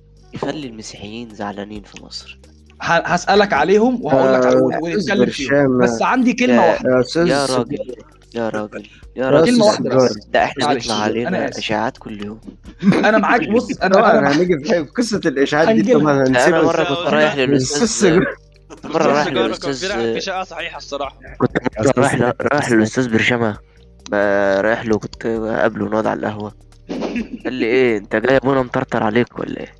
يخلي المسيحيين زعلانين في مصر. ه- هسألك عليهم وهقول لك على آه، ونتكلم فيهم، برشام. بس عندي كلمة يا- واحدة. يا أستاذ يا راجل يا راجل يا يا راجل كلمة أستاذ واحدة سيجارة. بس. ده احنا معلش، بيطلع أنا علينا آسف. اشاعات كل يوم. أنا معاك. بص أنا طبعا أنا معاك. هنيجي في في قصة الإشاعات دي هنجيلها. طبعا انا هنسيبها. مره بس- كنت رايح الأستاذ للاستاذ سيجارة. مره رايح السيجارة كان للاستاذ في في شقه صحيحه الصراحه. كنت مرة رايح ل- رايح للاستاذ برشامه، ب- رايح له كنت قابله ونقعد على القهوه، قال لي ايه انت جاي ابونا مطرطر عليك ولا ايه؟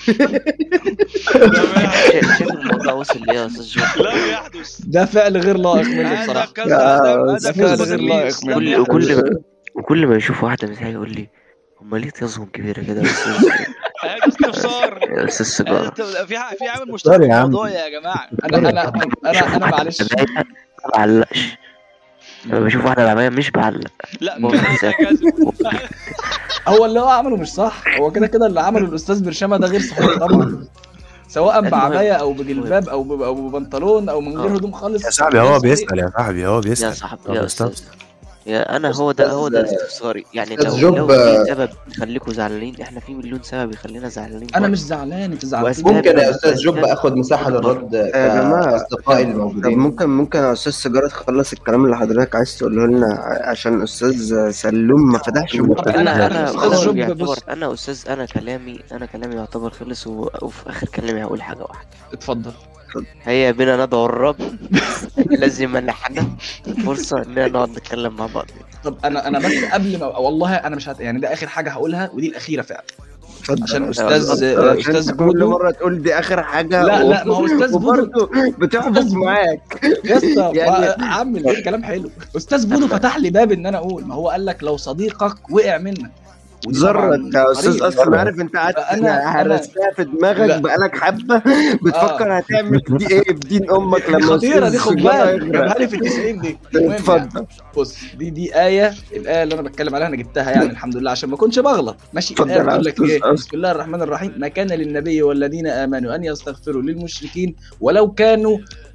شا- شايف الموضوع وصل ليه يا استاذ جو؟ لم يحدث ده فعل غير لائق منه هذا بصراحة. كذا، يا هذا أستاذ كذا فعل غير لائق تدليس. منه. لم كل يحدث. وكل ما وكل ما يشوف واحده مسيحيه يقول لي هم ليه تيازهم كبيره كده يا استاذ هذا استفسار. يا استاذ سيجاره؟ هذا في ح- في عامل مشترك في يا عم. الموضوع يا جماعه. أنا أنا أنا أنا معلش. ما بعلقش لما بشوف واحده بعملها مش بعلق. لا هو هذا مسافر. كذب. هو اللي هو عمله مش صح. هو كده كده اللي عمله الأستاذ برشامة ده غير صحيح طبعا، سواء المهم. بعباية أو بجلباب أو ب- أو ببنطلون أو من غير آه. هدوم خالص. يا صاحبي هو بيسأل يا صاحبي هو يا بيسأل. صاحبي طب يا استنى. استاذ يا انا هو ده هو ده استفساري يعني. أستاذ لو جوب، لو في سبب يخليكم زعلانين احنا في مليون سبب يخلينا زعلانين. أنا مش زعلان، أنت زعلان. وأسباب- ممكن يا استاذ جوب اخد مساحه للرد يا جماعة كاصدقائي طب الموجودين. ممكن ممكن يا أستاذ سيجارة تخلص الكلام اللي حضرتك عايز تقوله لنا عشان أستاذ سلوم ما فتحش طب بقه. انا انا أستاذ هو جوب يعتبر بص. انا استاذ انا كلامي انا كلامي يعتبر خلص و- وفي اخر كلامي هقول حاجه واحده. اتفضل. هيا بنا ندعو الرب الذي منحنا فرصه اننا نقعد نتكلم مع بعض. طب انا انا بس قبل ما والله انا مش هت... يعني ده اخر حاجه هقولها ودي الاخيره فعلا اتفضل. عشان اتفضل. استاذ عشان استاذ أنت كل بودو. مرة تقول دي آخر حاجة. لا و- لا ما هو استاذ بودو وبرضه بتحبط أستاذ بودو. معاك. يا اسطى يعني- ما- عامل ايه كلام حلو. استاذ بودو فتح لي باب ان انا اقول، ما هو قال لك لو صديقك وقع منك ودي طبعاً زرك يا استاذ طريق. اصلا عارف انت قاعد أنا- أنا- هرستها في لا. دماغك بقالك حبه بتفكر هتعمل دي ايه بدين امك دي لما خطيره أستاذ دي، خد سيجارة بالك يغرق. جابها لي في التسعين دي. المهم يعني. اتفضل بص دي دي آية، الآية اللي أنا بتكلم عليها أنا جبتها يعني الحمد لله عشان ما أكونش بغلط. ماشي. اتفضل الآية يا بتقول لك أستاذ إيه؟ أصل. بسم الله الرحمن الرحيم. ما كان للنبي والذين آمنوا أن يستغفروا للمشركين ولو كانوا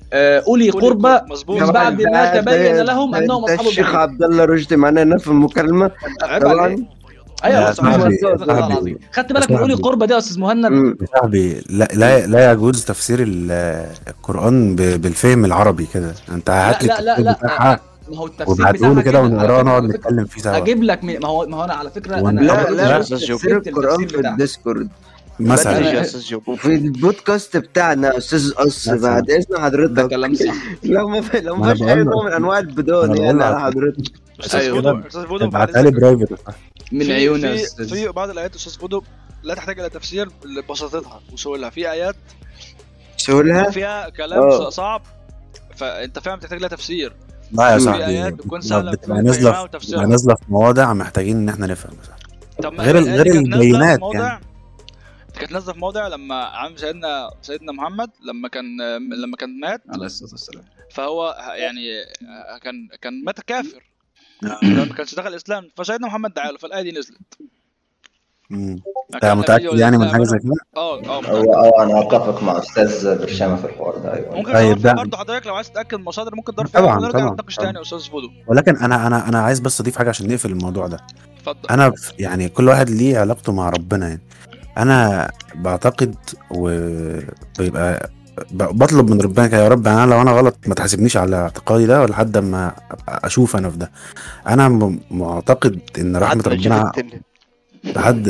آه، اولي أولي قربى قربى، مظبوط. من بعد ما تبين لهم ده- انهم ده اصحاب الشيخ الجحيم. عبد الله رشدي معانا هنا في المكالمة عيب طبعا. عليك. ايوه يا بس أنا صاحبي- استغفر الله صاحبي- العظيم. خدت بالك يا من اولي صاحبي. قربى دي يا استاذ مهند؟ مم. يا صاحبي لا لا لا يجوز تفسير ال- القرآن ب- بالفهم العربي كده. انت هات لي لا لا التفسير لا بتاعها ما هو التفسير وابعته لي بتاعها كده على ونقراه فكرة- ونقعد على فكرة نتكلم فيه سوا اجيب لك من... ما هو ما هو انا على فكره وأنا- انا لا حضرتك لا شفت- أستاذ تفسير شفت القرآن التفسير في بتاعها. بدري الديسكورد مثلا. يا أنا- استاذ جو. وفي البودكاست بتاعنا يا استاذ قص مثلا. بعد اذن ده حضرتك كلام صح. لو ما في لو ما ما أنا فيش اي بقول نوع لك. من انواع البدون أنا بقول يعني لك. على حضرتك. استاذ أيوة. فودو استاذ فودو بعد ابعتها لي إذنك، برايفت. من في عيوني يا في استاذ. في بعض الايات استاذ فودو لا تحتاج الى تفسير لبساطتها وسهولها. في ايات سهولها فيها كلام آه. صعب فانت فعلا بتحتاج لها تفسير. لا يا في صاحبي آيات بتكون لو سهلة بتبقى بتكون نازله فاهمها في- وتفسيرها. بتبقى نازله في مواضع محتاجين ان احنا نفهم مثلا. طب ما غير ال- الآيات دي غير كانت نازلة البينات في موضع يعني. كانت نازله في موضع لما عم سيدنا سيدنا محمد لما كان لما كان مات، عليه الصلاه والسلام. فهو يعني كان كان مات كافر ما كانش دخل الاسلام، فسيدنا محمد دعا له فالايه دي نزلت. امم كان انت النبي متاكد يعني من والذين حاجه زي آمنوا- كده؟ اه اه متأكد. هو اه انا اتفق مع استاذ برشامه في الحوار ده. ايوه ممكن طيب ندور فيها ده- برضه حضرتك لو عايز تتاكد من مصادر ممكن تدور فيها طبعاً، ونرجع طبعاً، نتناقش طبعاً. تاني يا استاذ فودو. ولكن انا انا انا عايز بس اضيف حاجه عشان نقفل الموضوع ده. اتفضل. انا ف- يعني كل واحد ليه علاقته مع ربنا يعني. انا بعتقد وبيبقى ب- بطلب من ربنا كده، يا رب انا لو انا غلط ما تحاسبنيش على اعتقادي ده لحد ما أبقى اشوف انا في ده. انا م- معتقد ان رحمه حتى نشوف ربنا التنة. لحد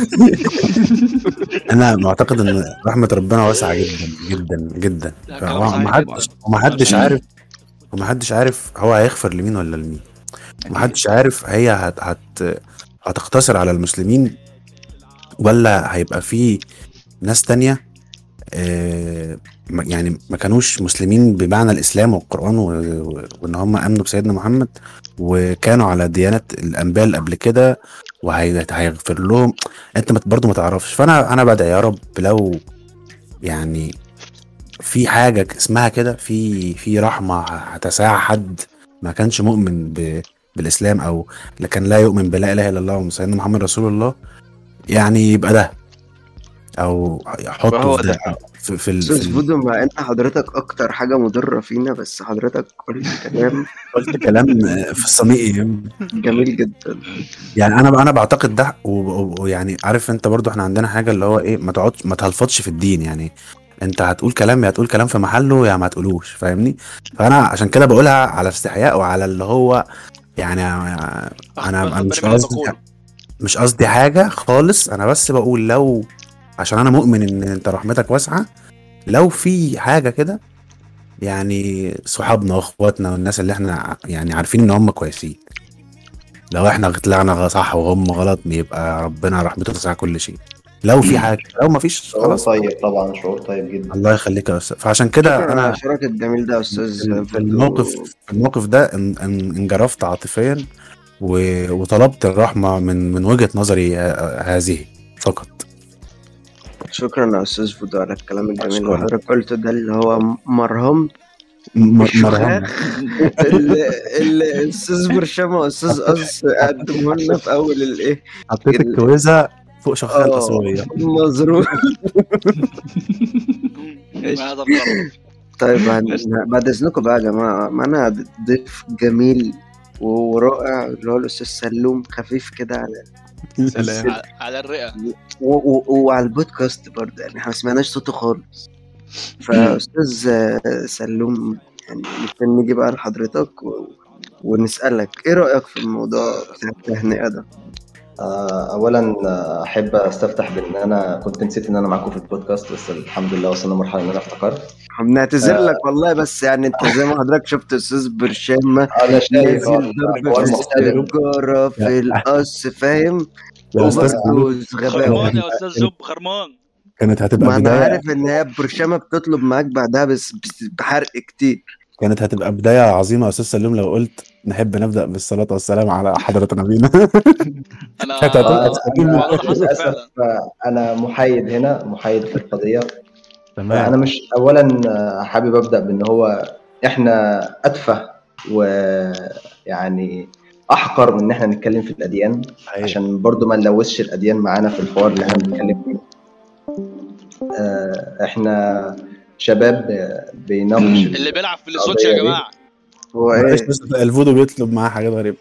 انا معتقد ان رحمه ربنا واسعه جدا جدا جدا. ده كلام صحيح ومحدش ومحدش عارف ومحدش عارف هو هيغفر لمين ولا لمين. ومحدش عارف هي هت هت هتقتصر على المسلمين ولا هيبقى في ناس تانية آه، ما- يعني ما كانوش مسلمين بمعنى الإسلام والقرآن و- و- وإن هم آمنوا بسيدنا محمد وكانوا على ديانة الأنبياء اللي قبل كده وهيغفر لهم. أنت مت- برضو ما تعرفش. فأنا أنا بدعي يا رب لو يعني في حاجة اسمها كده في في رحمة هتساعد حد ما كانش مؤمن ب بالإسلام أو اللي كان لا يؤمن بلا إله إلا الله وسيدنا محمد رسول الله، يعني يبقى ده أو يحطه وهو في ده. ده في, في, ال- في استاذ ال- فودو مع ان حضرتك اكتر حاجه مضره فينا بس حضرتك قلت كلام قلت كلام في الصميم. جميل جدا. يعني انا انا بعتقد ده و- و- ويعني عارف انت برضو احنا عندنا حاجه اللي هو ايه، ما تقعدش ما تهلفطش في الدين. يعني انت هتقول كلام يا هتقول كلام في محله يا ما تقولوش، فاهمني؟ فانا عشان كده بقولها على استحياء وعلى اللي هو يعني انا انا مش قصدي مش قصدي حاجه خالص. انا بس بقول لو عشان انا مؤمن ان انت رحمتك واسعه، لو في حاجه كده يعني صحابنا واخواتنا والناس اللي احنا يعني عارفين ان هم كويسين، لو احنا طلعنا صح وهم غلط يبقى ربنا رحمته تسع كل شيء. لو في حاجه، لو ما فيش شعور خلاص. طيب طبعا، شعور طيب جدا. الله يخليك يا استاذ. فعشان كده شكرا انا على شارك الجميل ده يا استاذ في الموقف في الموقف ده ان- ان- انجرفت عاطفيا و- وطلبت الرحمه من من وجهه نظري ه- هذه فقط. شكرا يا استاذ فودو على الكلام الجميل اللي أشكرك. حضرتك قلته ده اللي هو مرهم م- الشخاخ مرهم. اللي اللي الاستاذ برشامه واستاذ قص قدمه لنا في اول الايه حطيت ال- الكويزه فوق شخصيه اه القصويه. مظروف. هذا الغرض. طيب هن- بعد اذنكم بقى يا جماعه معانا ضيف جميل ورائع اللي هو الاستاذ سلوم، خفيف كده على سلام. على- على الرئه. و- و- وعلى البودكاست برضه يعني احنا ما سمعناش صوته خالص. فاستاذ آه، سلوم يعني ممكن نيجي بقى لحضرتك و... ونسالك ايه رايك في الموضوع بتاع التهنئه ده؟ آه، اولا آه، احب استفتح بان انا كنت نسيت ان انا معاكم في البودكاست، بس الحمد لله وصلنا لمرحله ان انا افتكرت. احنا بنعتذر لك والله، بس يعني انت زي ما حضرتك شفت استاذ برشامه انا شايف نازل آه، ضرب الحوار في مختلف. السجاره في القص، فاهم؟ يا استاذ وبرضه غباوه. خرمان يا استاذ زب خرمان. كانت هتبقى ما انا بدايه عارف ان هي برشامه بتطلب معاك بعدها بس بس بحرق كتير. كانت هتبقى بدايه عظيمه يا استاذ سلوم لو قلت نحب نبدا بالصلاه والسلام على حضره نبينا. انا كانت هتبقى آه، سليمة. والله حصل للاسف فعلا. آه، انا محايد هنا، محايد في القضيه. تمام. انا مش اولا آه، حابب ابدا بان هو احنا اتفه ويعني احقر من ان احنا نتكلم في الاديان، حقيقي. عشان برضو ما نلوثش الاديان معانا في الحوار اللي احنا بنتكلم فيه. آه، احنا شباب آه، بيناقش اللي بيلعب في السويتش يا القضية دي. جماعه. هو معلش ايه بس الفودو بيطلب معاه حاجات غريبة.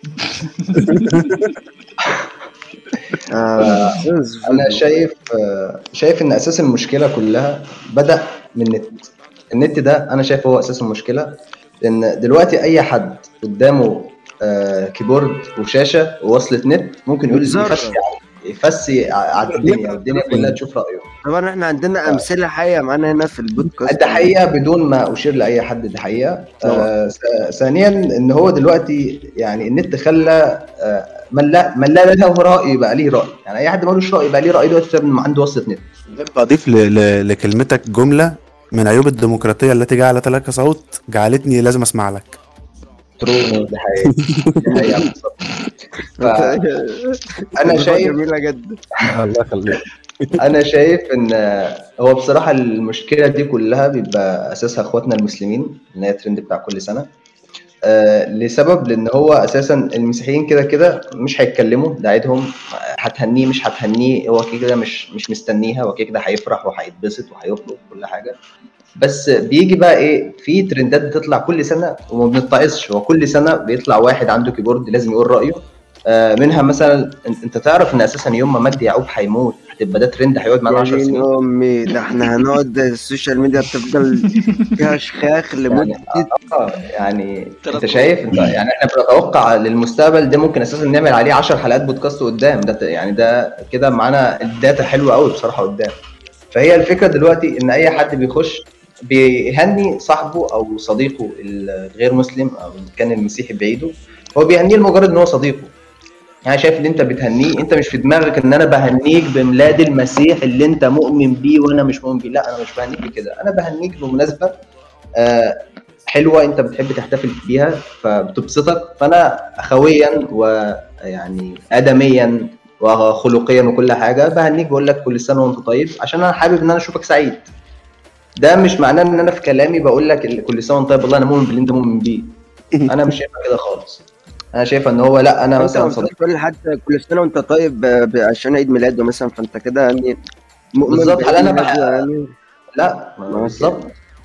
آه، أستاذ انا فودو. شايف آه، شايف ان اساس المشكله كلها بدا من النت. النت ده انا شايف هو اساس المشكله، لان دلوقتي اي حد قدامه آه، كيبورد وشاشه ووصله نت ممكن يقول وتزرع. يفسي يفسي على الدنيا، والدنيا كلها تشوف رايه. طبعا احنا عندنا امثله حيه معانا هنا في البودكاست. ده حقيقه بدون ما اشير لاي حد، ده حقيقه. آه س- ثانيا ان هو دلوقتي يعني النت خلى آه من لا من لا له راي بقى ليه راي، يعني اي حد مالوش راي بقى ليه راي دلوقتي بسبب انه عنده وصله نت. بضيف ل... ل... لكلمتك جملة من عيوب الديمقراطية التي جعلت لك صوت جعلتني لازم اسمع لك. ترو، ده حقيقه، ده حقيقه بالظبط. فانا شايف جميله جدا. الله يخليك. انا شايف ان هو بصراحه المشكله دي كلها بيبقى اساسها اخواتنا المسلمين، ان هي ترند بتاع كل سنه. آه لسبب، لان هو اساسا المسيحيين كده كده مش هيتكلموا، ده عيدهم، هتهنيه مش هتهنيه هو كده كده مش مش مستنيها، هو كده كده هيفرح وهيتبسط وهيطلب كل حاجه. بس بيجي بقى ايه، في ترندات بتطلع كل سنه وما بنتعظش. هو كل سنه بيطلع واحد عنده كيبورد لازم يقول رايه. آه منها مثلا انت انت تعرف ان اساسا يوم ما مجدي يعقوب هيموت هتبقى ده ترند هيقعد معانا عشر يا سنين. امي، ده احنا هنقعد السوشيال ميديا بتفضل فيها شخاخ لمده يعني اه يعني تلات انت شايف انت يعني احنا بنتوقع للمستقبل ده ممكن اساسا نعمل عليه عشر حلقات بودكاست قدام ده، يعني ده كده معانا الداتا حلوه قوي بصراحه قدام. فهي الفكره دلوقتي ان اي حد بيخش بيهني صاحبه او صديقه الغير مسلم او كان المسيحي بعيده، هو بيهنيه لمجرد ان هو صديقه. يعني شايف ان انت بتهنيه، انت مش في دماغك ان انا بهنيك بميلاد المسيح اللي انت مؤمن بيه وانا مش مؤمن بيه، لا انا مش بهنيك بكده، انا بهنيك بمناسبه آه حلوه انت بتحب تحتفل بيها فبتبسطك، فانا اخويا ويعني ادميا وخلقيا وكل حاجه بهنيك، بقول لك كل سنه وانت طيب عشان انا حابب ان انا اشوفك سعيد. ده مش معناه ان انا في كلامي بقول لك كل سنه وانت طيب والله انا مؤمن باللي انت مؤمن بيه، انا مش شايفها كده خالص. انا شايف ان هو لا انا انت مثلا لو صديق تقول لحد كل سنه وانت طيب ب- ب- عشان عيد ميلاده مثلا، فانت كده يعني مؤمن بالظبط. هل بعيد انا ميلاده بح... يعني. لا ما بالظبط.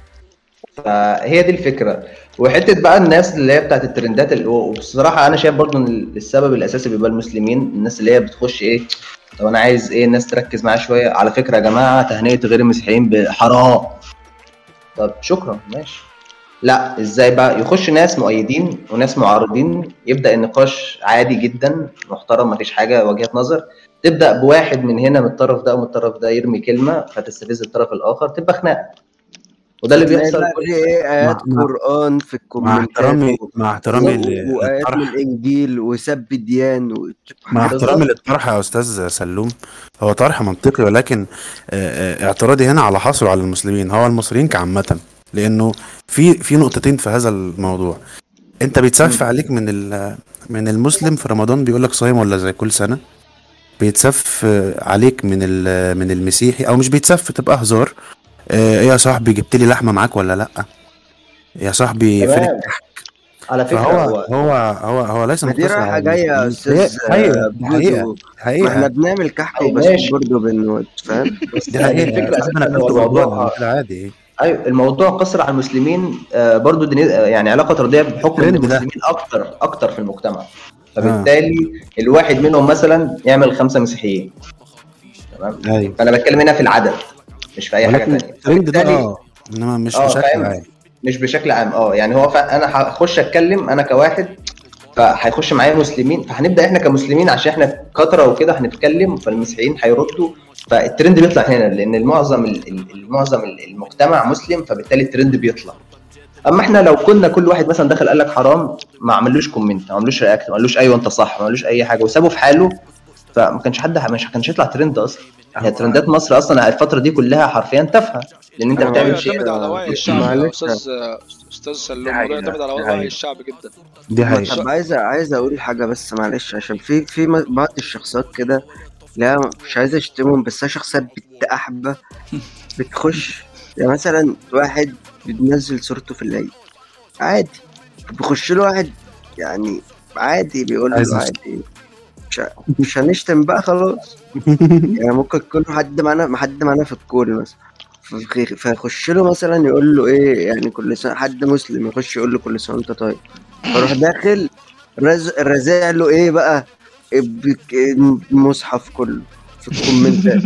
فهي دي الفكره. وحته بقى الناس اللي هي بتاعت الترندات اللي وبصراحه انا شايف برضو ان السبب الاساسي بيبقى المسلمين، الناس اللي هي بتخش ايه، طب انا عايز ايه الناس تركز معايا شويه، على فكره يا جماعه تهنئه غير المسيحيين حرام. طب شكرا ماشي. لا ازاي بقى يخش ناس مؤيدين وناس معارضين، يبدا النقاش عادي جدا محترم مفيش حاجه وجهه نظر، تبدا بواحد من هنا من الطرف ده ومن الطرف ده يرمي كلمه فتستفز الطرف الاخر تبقى خناقه، وده اللي تلاقي بيحصل بقى كل في ايه ايات مع مع قران في مع الكومنتات احترامي و... مع احترامي و... ل- وايات من للطرح الانجيل وسب ديان مع وحاجات احترامي بالظبط. للطرح يا استاذ سلوم، هو طرح منطقي، ولكن آه، آه، اعتراضي هنا على حصره على المسلمين، هو المصريين كعامة، لانه في في نقطتين في هذا الموضوع. انت بيتسف عليك من ال- من المسلم في رمضان بيقول لك صايم ولا زي كل سنة، بيتسف عليك من ال- من المسيحي، او مش بيتسف تبقى هزار، آه، ايه يا صاحبي جبت لي لحمة معاك ولا لا، يا صاحبي فين تمام. الكحك. على فكره فهو هو هو هو هو ليس ما دي مقتصر على رايحه جايه يا المسلمين، هي استاذ حقيقة، آه، دي حقيقة، بودو. دي ما احنا حقيقة، بنعمل كحك أي وبسكوت ماشي. برضه بنوت، فاهم. بس دي هي حقيقة يا الفكره صاحبي، انا اساسا هو اكلت اردوها قبل الموضوع كده عادي. ايوه الموضوع قصر على المسلمين آه، برضو دي يعني علاقه طرديه بحكم ان الترند ده المسلمين اكتر اكتر في المجتمع، اه فبالتالي الواحد منهم مثلا يعمل خمسه مسيحيين، تمام. ايوه، فانا بتكلم هنا في العدد مش في اي حاجه ولكن تانية، الترند ده فبالتالي اه انما مش اه بشكل فاهم، عام. مش بشكل عام. اه يعني هو فا- انا هخش اتكلم انا كواحد، فهيخش معايا مسلمين، فهنبدا احنا كمسلمين عشان احنا كتره وكده هنتكلم، فالمسيحيين هيردوا، فالترند بيطلع هنا لان المعظم ال- ال- المعظم المجتمع مسلم، فبالتالي الترند بيطلع. اما احنا لو كنا كل واحد مثلا دخل قال لك حرام ما عملوش كومنت ما عملوش رياكت ما قالوش ايوه انت صح ما قالوش اي حاجه وسابه في حاله، فما كانش حد مش كانش يطلع ترند اصلا. يعني ترندات مصر اصلا الفتره دي كلها حرفيا تافهه لان انت أنا الموضوع بتعمل معلش شيء. يعتمد على وعي آه، الشعب يا معلش استاذ استاذ سلوم، دي الموضوع حقيقة، يعتمد على دي وعي حقيقة، الشعب جدا. دي حقيقة. طب عايز عايز اقول حاجه بس معلش، عشان في في م- بعض الشخصيات كده، لا مش عايز اشتمهم، بس هي شخصيات بنت احبه بتخش. يعني مثلا واحد بينزل صورته في العيد عادي، بيخش له واحد يعني عادي بيقول عايز له نشتم. عادي، مش ه- مش هنشتم بقى خلاص. يعني ممكن يكون حد معانا حد معانا في الكول مثلا، فخ- فيخش له مثلا يقول له ايه يعني كل سنه، حد مسلم يخش يقول له كل سنه وانت طيب، فاروح داخل رز... رازع له ايه بقى، البك- المصحف كله في الكومنتات.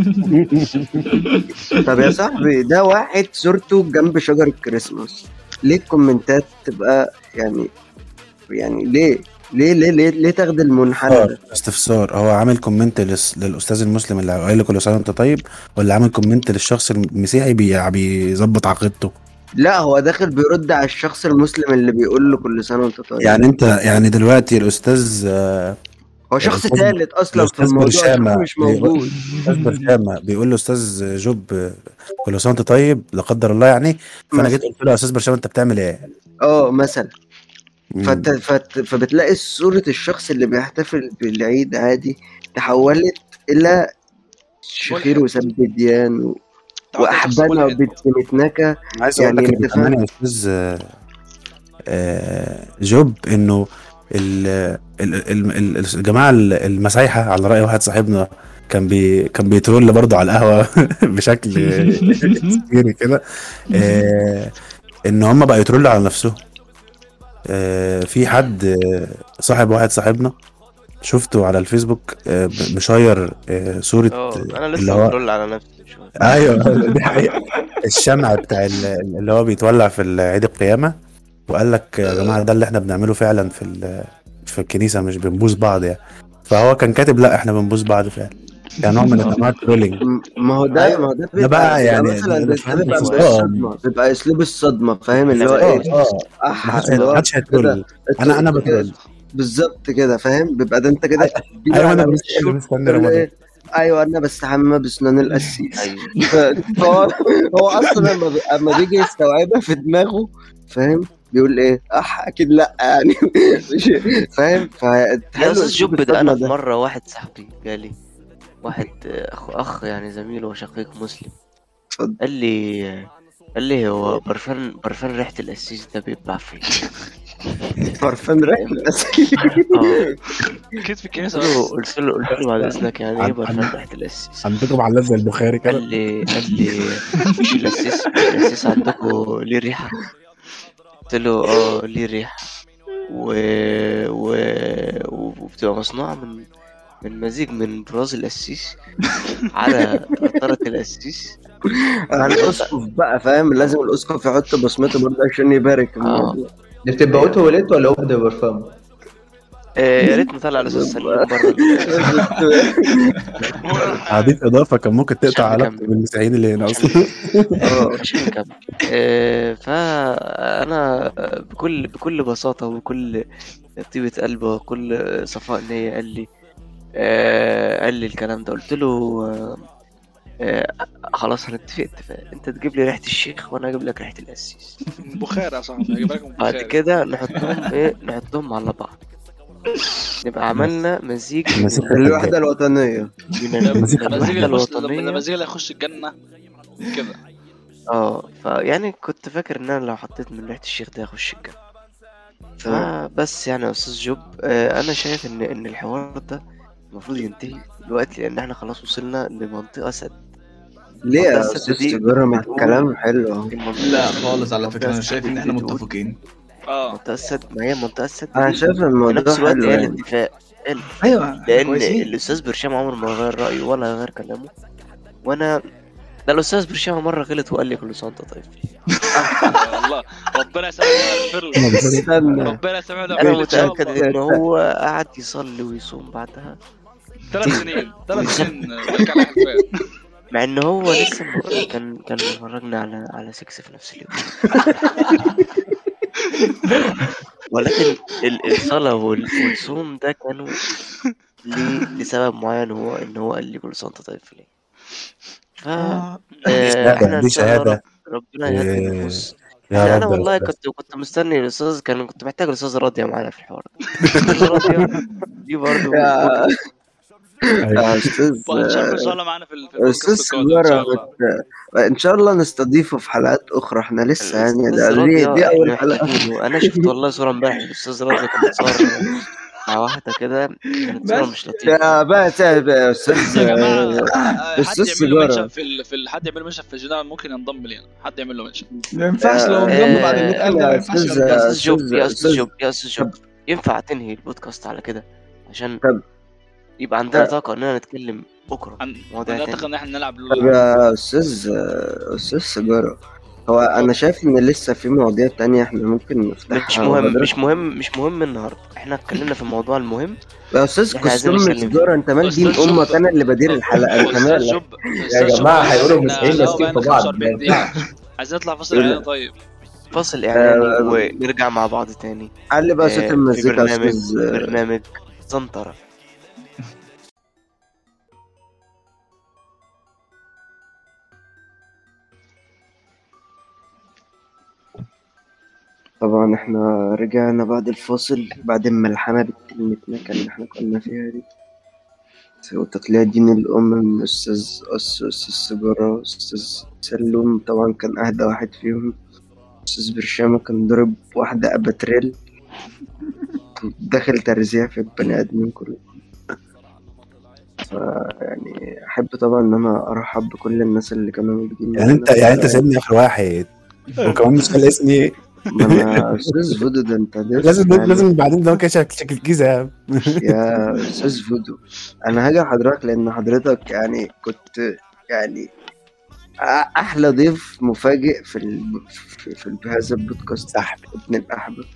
طب يا صاحبي ده واحد صورته جنب شجر الكريسماس، ليه الكومنتات تبقى يعني يعني ليه ليه ليه ليه, ليه تاخد المنحنى استفسار ده؟ استفسار هو عامل كومنت لس... للاستاذ المسلم اللي قايل له كل سنه وانت طيب، ولا عامل كومنت للشخص المسيحي بي... بيظبط عقيدته؟ لا هو داخل بيرد على الشخص المسلم اللي بيقول له كل سنه وانت طيب. يعني انت يعني دلوقتي الاستاذ آه، هو شخص الاستاذ ثالث اصلا في الاستاذ الموضوع، شخص برشامه مش بيقول موجود. الاستاذ برشامه بيقول له استاذ جوب آه، كل سنه وانت طيب لا قدر الله يعني، فانا جيت مثلا قلت له يا استاذ برشامه انت بتعمل ايه؟ اه مثلا فت... مم. فت... فبتلاقي صورة الشخص اللي بيحتفل بالعيد عادي تحولت إلى شخير ملحد. وسب ديان و... تعرف يا شخص وأحبانة ملحد. وبتمتنكة. انا عايز اقول يعني لك ان كمان متفاهم. يا استاذ آه، آه، جوب انه ال- ال- ال- ال- الجماعه المسايحه على راي واحد صاحبنا كان بي كان بيترول برضه على القهوه بشكل كتير كده، آه، ان هم بقى يترولوا على نفسهم. آه، في حد آه، صاحب واحد صاحبنا شفته على الفيسبوك آه، ب- مشير آه، صورة اه انا اللي لسه هو بترول على نفسي شويه. ايوه دي حقيقة، الشمع بتاع ال- اللي هو بيتولع في عيد القيامة، وقال لك يا جماعة ده اللي احنا بنعمله فعلا في ال- في الكنيسة، مش بنبوس بعض يعني. فهو كان كاتب لا احنا بنبوس بعض فعلا، كان نوع من اه انواع الترولينج. م- ما هو ده ما هو ايوه ده ده بيبقى بقى بيبقى يعني مثلا ده, ده, ده ده فاهم بيبقى ايوه اسلوب ايوه انفصام. صدمة، بيبقى اسلوب الصدمة، فاهم اللي هو نعمل ايه، ايه. اه اه ما اح حدش اللي ما هو حدش كده هيترول، انتوا انا انا انتوا كده بترول. بالظبط كده، فاهم بيبقى ده انت كده تديله ايوه انا على بس اللي وشه مستني تقول له رمضان. ايه، ايوه انا بستحمى بسنان القسيس. ايوه ف- فهو هو اصلا لما بي- اما بيجي يستوعبها في دماغه، فاهم بيقول ايه اح اكيد لا يعني مش فاهم، يا فحلو استاذ اسلوب جوب ده، انا الصدمة في ده. مره واحد صاحبي جالي، واحد اخ اخ يعني زميل وشقيق مسلم، اتفضل. قال لي قال لي هو برفان برفان ريحه القسيس ده بيتباع فين؟ برفان ريحة فاهم؟ القسيس. اه اكيد في قلت الكنيسه له بس. قلت له قلت له بعد اذنك يعني ايه عن- برفان عن- ريحه القسيس؟ عندكم على زي البخاري قال كده. لي قال لي مش القسيس مش القسيس عندكم ليه ريحه؟ قلت له اه ليه ريحه، و... و... وبتبقى مصنوعه من من مزيج من براز القسيس على طرطرة القسيس. على الاسقف بقى، فاهم لازم الاسقف يحط بصمته برضه عشان يبارك اه الموضوع. دي بتبقى اوتو وليت ولا اوف ذا برفان؟ آه، يا ريت نطلع على اساس سليم بره ال- هضيف اضافه كان ممكن تقطع عشان علاقتي نكمل بالمسيحيين اللي هنا عشان اصلا. اه عشان نكمل. آه، فانا بكل بكل بساطة وبكل طيبة قلب وكل صفاء نية قال لي آه، قال لي الكلام ده. قلت له آه، آه، خلاص هنتفق اتفاق، انت تجيب لي ريحة الشيخ وانا اجيب لك ريحة القسيس، بخار يا صاحبي، هجيب لكم بعد بخار. كده نحطهم ايه نحطهم على بعض، نبقى عملنا مزيج المسيح من الوحدة الوطنية. من ده ال- من المزيج الوحدة اللي يخش، ده الوطنية. المزيج اللي هيخش الجنه كده. اه فيعني كنت فاكر ان انا لو حطيت من ريحة الشيخ ده اخش الجنة. فبس يعني يا استاذ جوب، آه، انا شايف ان ان الحوار ده المفروض ينتهي دلوقتي، لان احنا خلاص وصلنا لمنطقة سد. ليه المنطقة يا السد استاذ دي تجارة؟ ما بتقول الكلام حلو اهو. المنطقة لا السد خالص، على المنطقة فكره انا السد شايف ان دي احنا بتقول متفقين. اه المنطقة السد، ما هي المنطقة السد انا دي شايف في الموضوع نفس الوقت حلو هي يعني. الاتفاق، ايوه احنا لان كويسين. الاستاذ برشام عمره ما غير رايه ولا غير كلامه. وانا ده الاستاذ برشام مره غلط وقال لي كل سنه وانت طيب. والله ربنا يسامحنا ويغفر له. أنا بقول- استنى ربنا يسامحنا انا ويغفر له ان شاء متاكد الله. ان هو قعد يصلي ويصوم بعدها، ثلاث سنين ثلاث سنين بيرجع على حلفان. مع ان هو لسه م- كان كان مفرجنا على على سكس في نفس اليوم. ولكن ال- الصلاه وال- والصوم ده كانوا ليه لسبب معين، هو ان هو قال لي كل سنه وانت طيب في ليه. ف آه. آه، شهادة احنا ان دي شاء الله رب شهادة ربنا يهدي و- النفوس. يا احنا انا رب يا والله أستاذ. كنت كنت مستني الاستاذ، كان كنت محتاج الاستاذ راضيه معانا في الحوار ده. الاستاذ راضيه دي برضو يا وجهه. أيوة. يا استاذ وهنشاركه ان شاء الله معانا في ال- في البودكاست استاذ القادم ان شاء سجارة الله. بت... ان شاء الله نستضيفه في حلقات اخرى، احنا لسه يعني الاستاذ ده دي, راضيه دي احنا اول حلقة. محتاجينه. انا شفت والله صوره امبارح الاستاذ راضيه كان متصور مع واحدة كده كانت صورة بس. مش لطيفة. يا بقى سهل يا استاذ يا جماعه آه، آه، حد أستاذ يعمل له منشن سيجارة. في ال... في ال... حد يعمل له منشن في الجنرال ممكن ينضم لينا. حد يعمل له منشن. ما ينفعش لو آه، انضم بعد اللي آه، اتقال ده، ما يا ينفعش أستاذ يا ينضم. أستاذ جوب أستاذ يا أستاذ أستاذ جوب يا أستاذ جوب طب ينفع تنهي البودكاست على كده عشان طب يبقى عندنا آه، طاقة إننا نتكلم بكرة عن... مواضيع انا اعتقد تانية. ان احنا نلعب طب لول. يا أستاذ آه، أستاذ سيجارة، هو أنا اتفضل. شايف إن لسه في مواضيع تانية إحنا ممكن مش نفتحها مهم وحضرتك. مش مهم مش مهم النهاردة، احنا اتكلمنا في الموضوع المهم يا أستاذ اللي احنا عايزين كستوم نتكلم فيه. سيجارة، أنت مال دين استاذ أمك؟ جوب أنا اللي بدير الحلقة، أنت استاذ مالك؟ جوب يا استاذ جوب جماعه بقالنا هيقولوا احنا مسيحيين لا ماسكين بقالنا في بعض، خمسة وأربعين ما دقيقه. ينفعش. عايزين نطلع فاصل يقول اعلاني. لك طيب فاصل إعلاني آه، ونرجع مع بعض تاني علي بقى صوت آه، في المزيكا يا برنامج أستاذ آه، برنامج زنطرة. طبعا احنا رجعنا بعد الفاصل بعد الملحمة بالتلمتنا اللي احنا كنا فيها دي، وتطليع دين الأم من أستاذ أس أستاذ سيجارة، أستاذ سلوم طبعا كان أهدى واحد فيهم، أستاذ برشامة كان ضرب واحدة أباتريل داخل ترزيع في البني آدمين كله. يعني أحب طبعا إن أنا أرحب بكل الناس اللي كانوا موجودين يعني انت معانا. يعني انت سايبني اخر واحد وكمان مش قال اسمي. ما أنا أستاذ فودو، ده أنت ضيف لازم يعني. لازم بعدين ده كده شكل شكل الجيزه يا عم. يا أستاذ فودو، أنا هاجي لحضرتك لأن حضرتك يعني كنت يعني أ- أحلى ضيف مفاجئ في ال... في, في هذا البودكاست، صح. ابن الأحبة.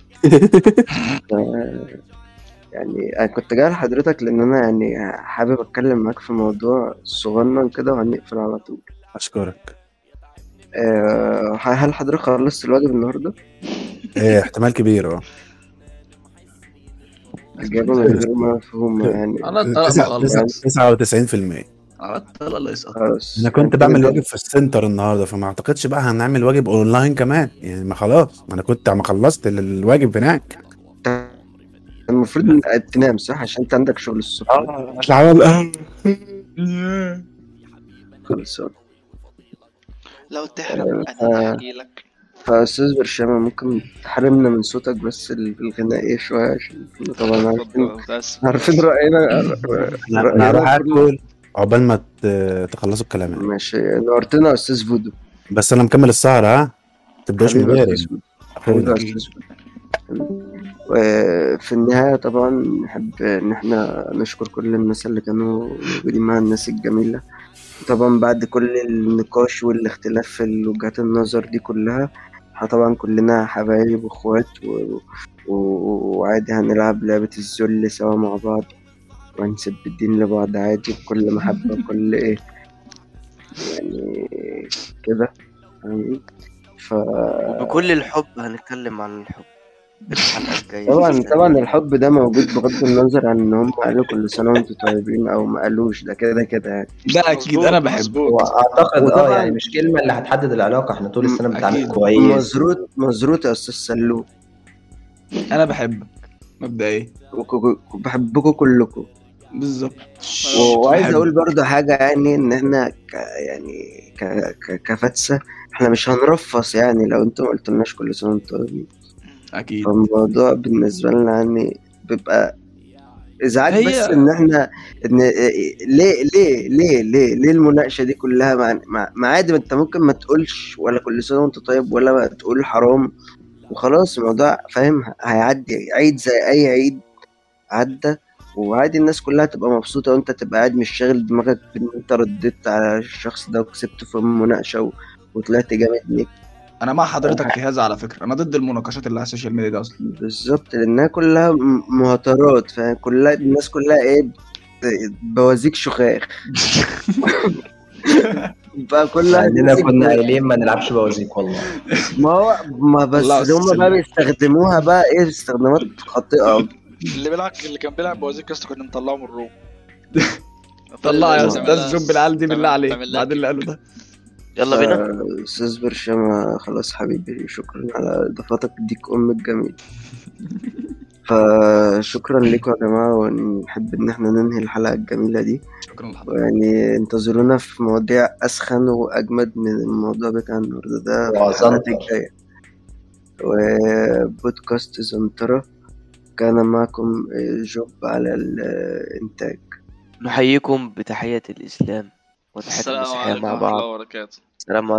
يعني أنا كنت جاي لحضرتك لأن أنا يعني حابب أتكلم معاك في موضوع صغنن كده وهنقفل على طول. اشكرك. أه هل حضرتك خلصت الواجب النهاردة؟ ايه احتمال كبير اه. إجابة من غير مفهومة يعني. على الطلاق تسعة- مخلص. تسعة- تسعة وتسعين في المية. على الطلاق اللي يسقط. خلاص انا كنت أنت بعمل بت- واجب في السنتر النهارده، فما اعتقدش بقى هنعمل واجب اونلاين كمان يعني. ما خلاص، ما انا كنت ما خلصت الواجب هناك. المفروض إن تنام صح عشان أنت عندك شغل الصبح. اه اطلع على القهوة. خلصان. لو تحرق آه. انا هحكي لك. فأستاذ برشامة ممكن تحرمنا من صوتك بس الغنائية شوية عشان إحنا طبعا عارفين اتفضل متاسف. عارفين رأينا انا أنا هروح رأينا كله. اكل عقبال ما ت- تخلصوا الكلام يعني. ماشي، نورتنا يا أستاذ فودو. بس انا مكمل السهرة ها، تبداش من حبيبي يا غيري. أستاذ فودو. حبيبي يا أستاذ فودو. وفي النهاية طبعا نحب إن احنا نشكر كل الناس اللي كانوا موجودين مع الناس الجميلة. طبعا بعد كل النقاش والاختلاف في وجهات النظر دي كلها، احنا طبعا كلنا حبايب واخوات و... و... وعادي هنلعب لعبة الذل سوا مع بعض وهنسب الدين لبعض عادي بكل محبة وكل ايه يعني كده فاهمين. ف وبكل الحب هنتكلم عن الحب الحلقة الجاية. طبعا طبعا الحب ده موجود بغض النظر عن ان هم قالوا كل سنة وانتم طيبين او ما قالوش، ده كده كده يعني. ده اكيد انا بحبه. واعتقد اه وطبعاً- يعني مش كلمه اللي هتحدد العلاقه، احنا طول السنه بنتعامل أكيد. كويس. مزروط مزروط يا استاذ سلو، انا بحبك مبدئيا بحبكم كلكم. بالظبط. وعايز بحب. اقول برضو حاجه يعني ان احنا ك يعني ك ك كفتسه احنا مش هنرفص يعني لو انتم ما قلتلناش كل سنه وانتم طيبين. اكيد. فالموضوع بالنسبه لنا يعني بيبقى ازعاج هي- بس ان احنا ان ليه ليه ليه ليه ليه المناقشه دي كلها مع مع مع عادي، ما انت ممكن ما تقولش ولا كل سنه وانت طيب ولا ما تقول حرام وخلاص الموضوع فاهم هيعدي، عيد زي اي عيد عدى وعادي الناس كلها تبقى مبسوطة وانت تبقى قاعد مش شاغل دماغك بان انت رديت على الشخص ده وكسبته في مناقشة و... وطلعت جامد ليك. انا مع حضرتك في هذا على فكره، انا ضد المناقشات اللي على السوشيال ميديا دي اصلا. بالظبط لانها كلها م- مهاترات، فكلها الناس كلها ايه بت- بوازيك شخاخ بقى كلها عندنا تمسك كنا ب- قايلين ما نلعبش بوازيك والله. ما هو ما بس الله هم بقى يسلمك. بيستخدموها بقى ايه استخدامات خاطئة. اللي بيلعب اللي كان بيلعب بوازيك يا كنا نطلعه من الروم. طلع يا تعمل لها- استاذ جنب العيال دي بالله تعمل- عليك تعمل لها بعد اللي قاله ده. يلا بينا. استاذ برشامة خلاص حبيبي، شكرا على اضافاتك ديك ام الجميل. فشكرا لكم يا جماعة، ونحب ان احنا ننهي الحلقة الجميلة دي، شكرا لحضرتك. ويعني انتظرونا في مواضيع اسخن واجمد من الموضوع بتاع النهارده ده في وزنطر. الحلقات الجاية. وبودكاست زنطرة كان معكم جوب على الإنتاج. نحييكم بتحية الإسلام وتحية السلام المسيحية عليكم مع ورحمة الله بعض. وبركاته. السلام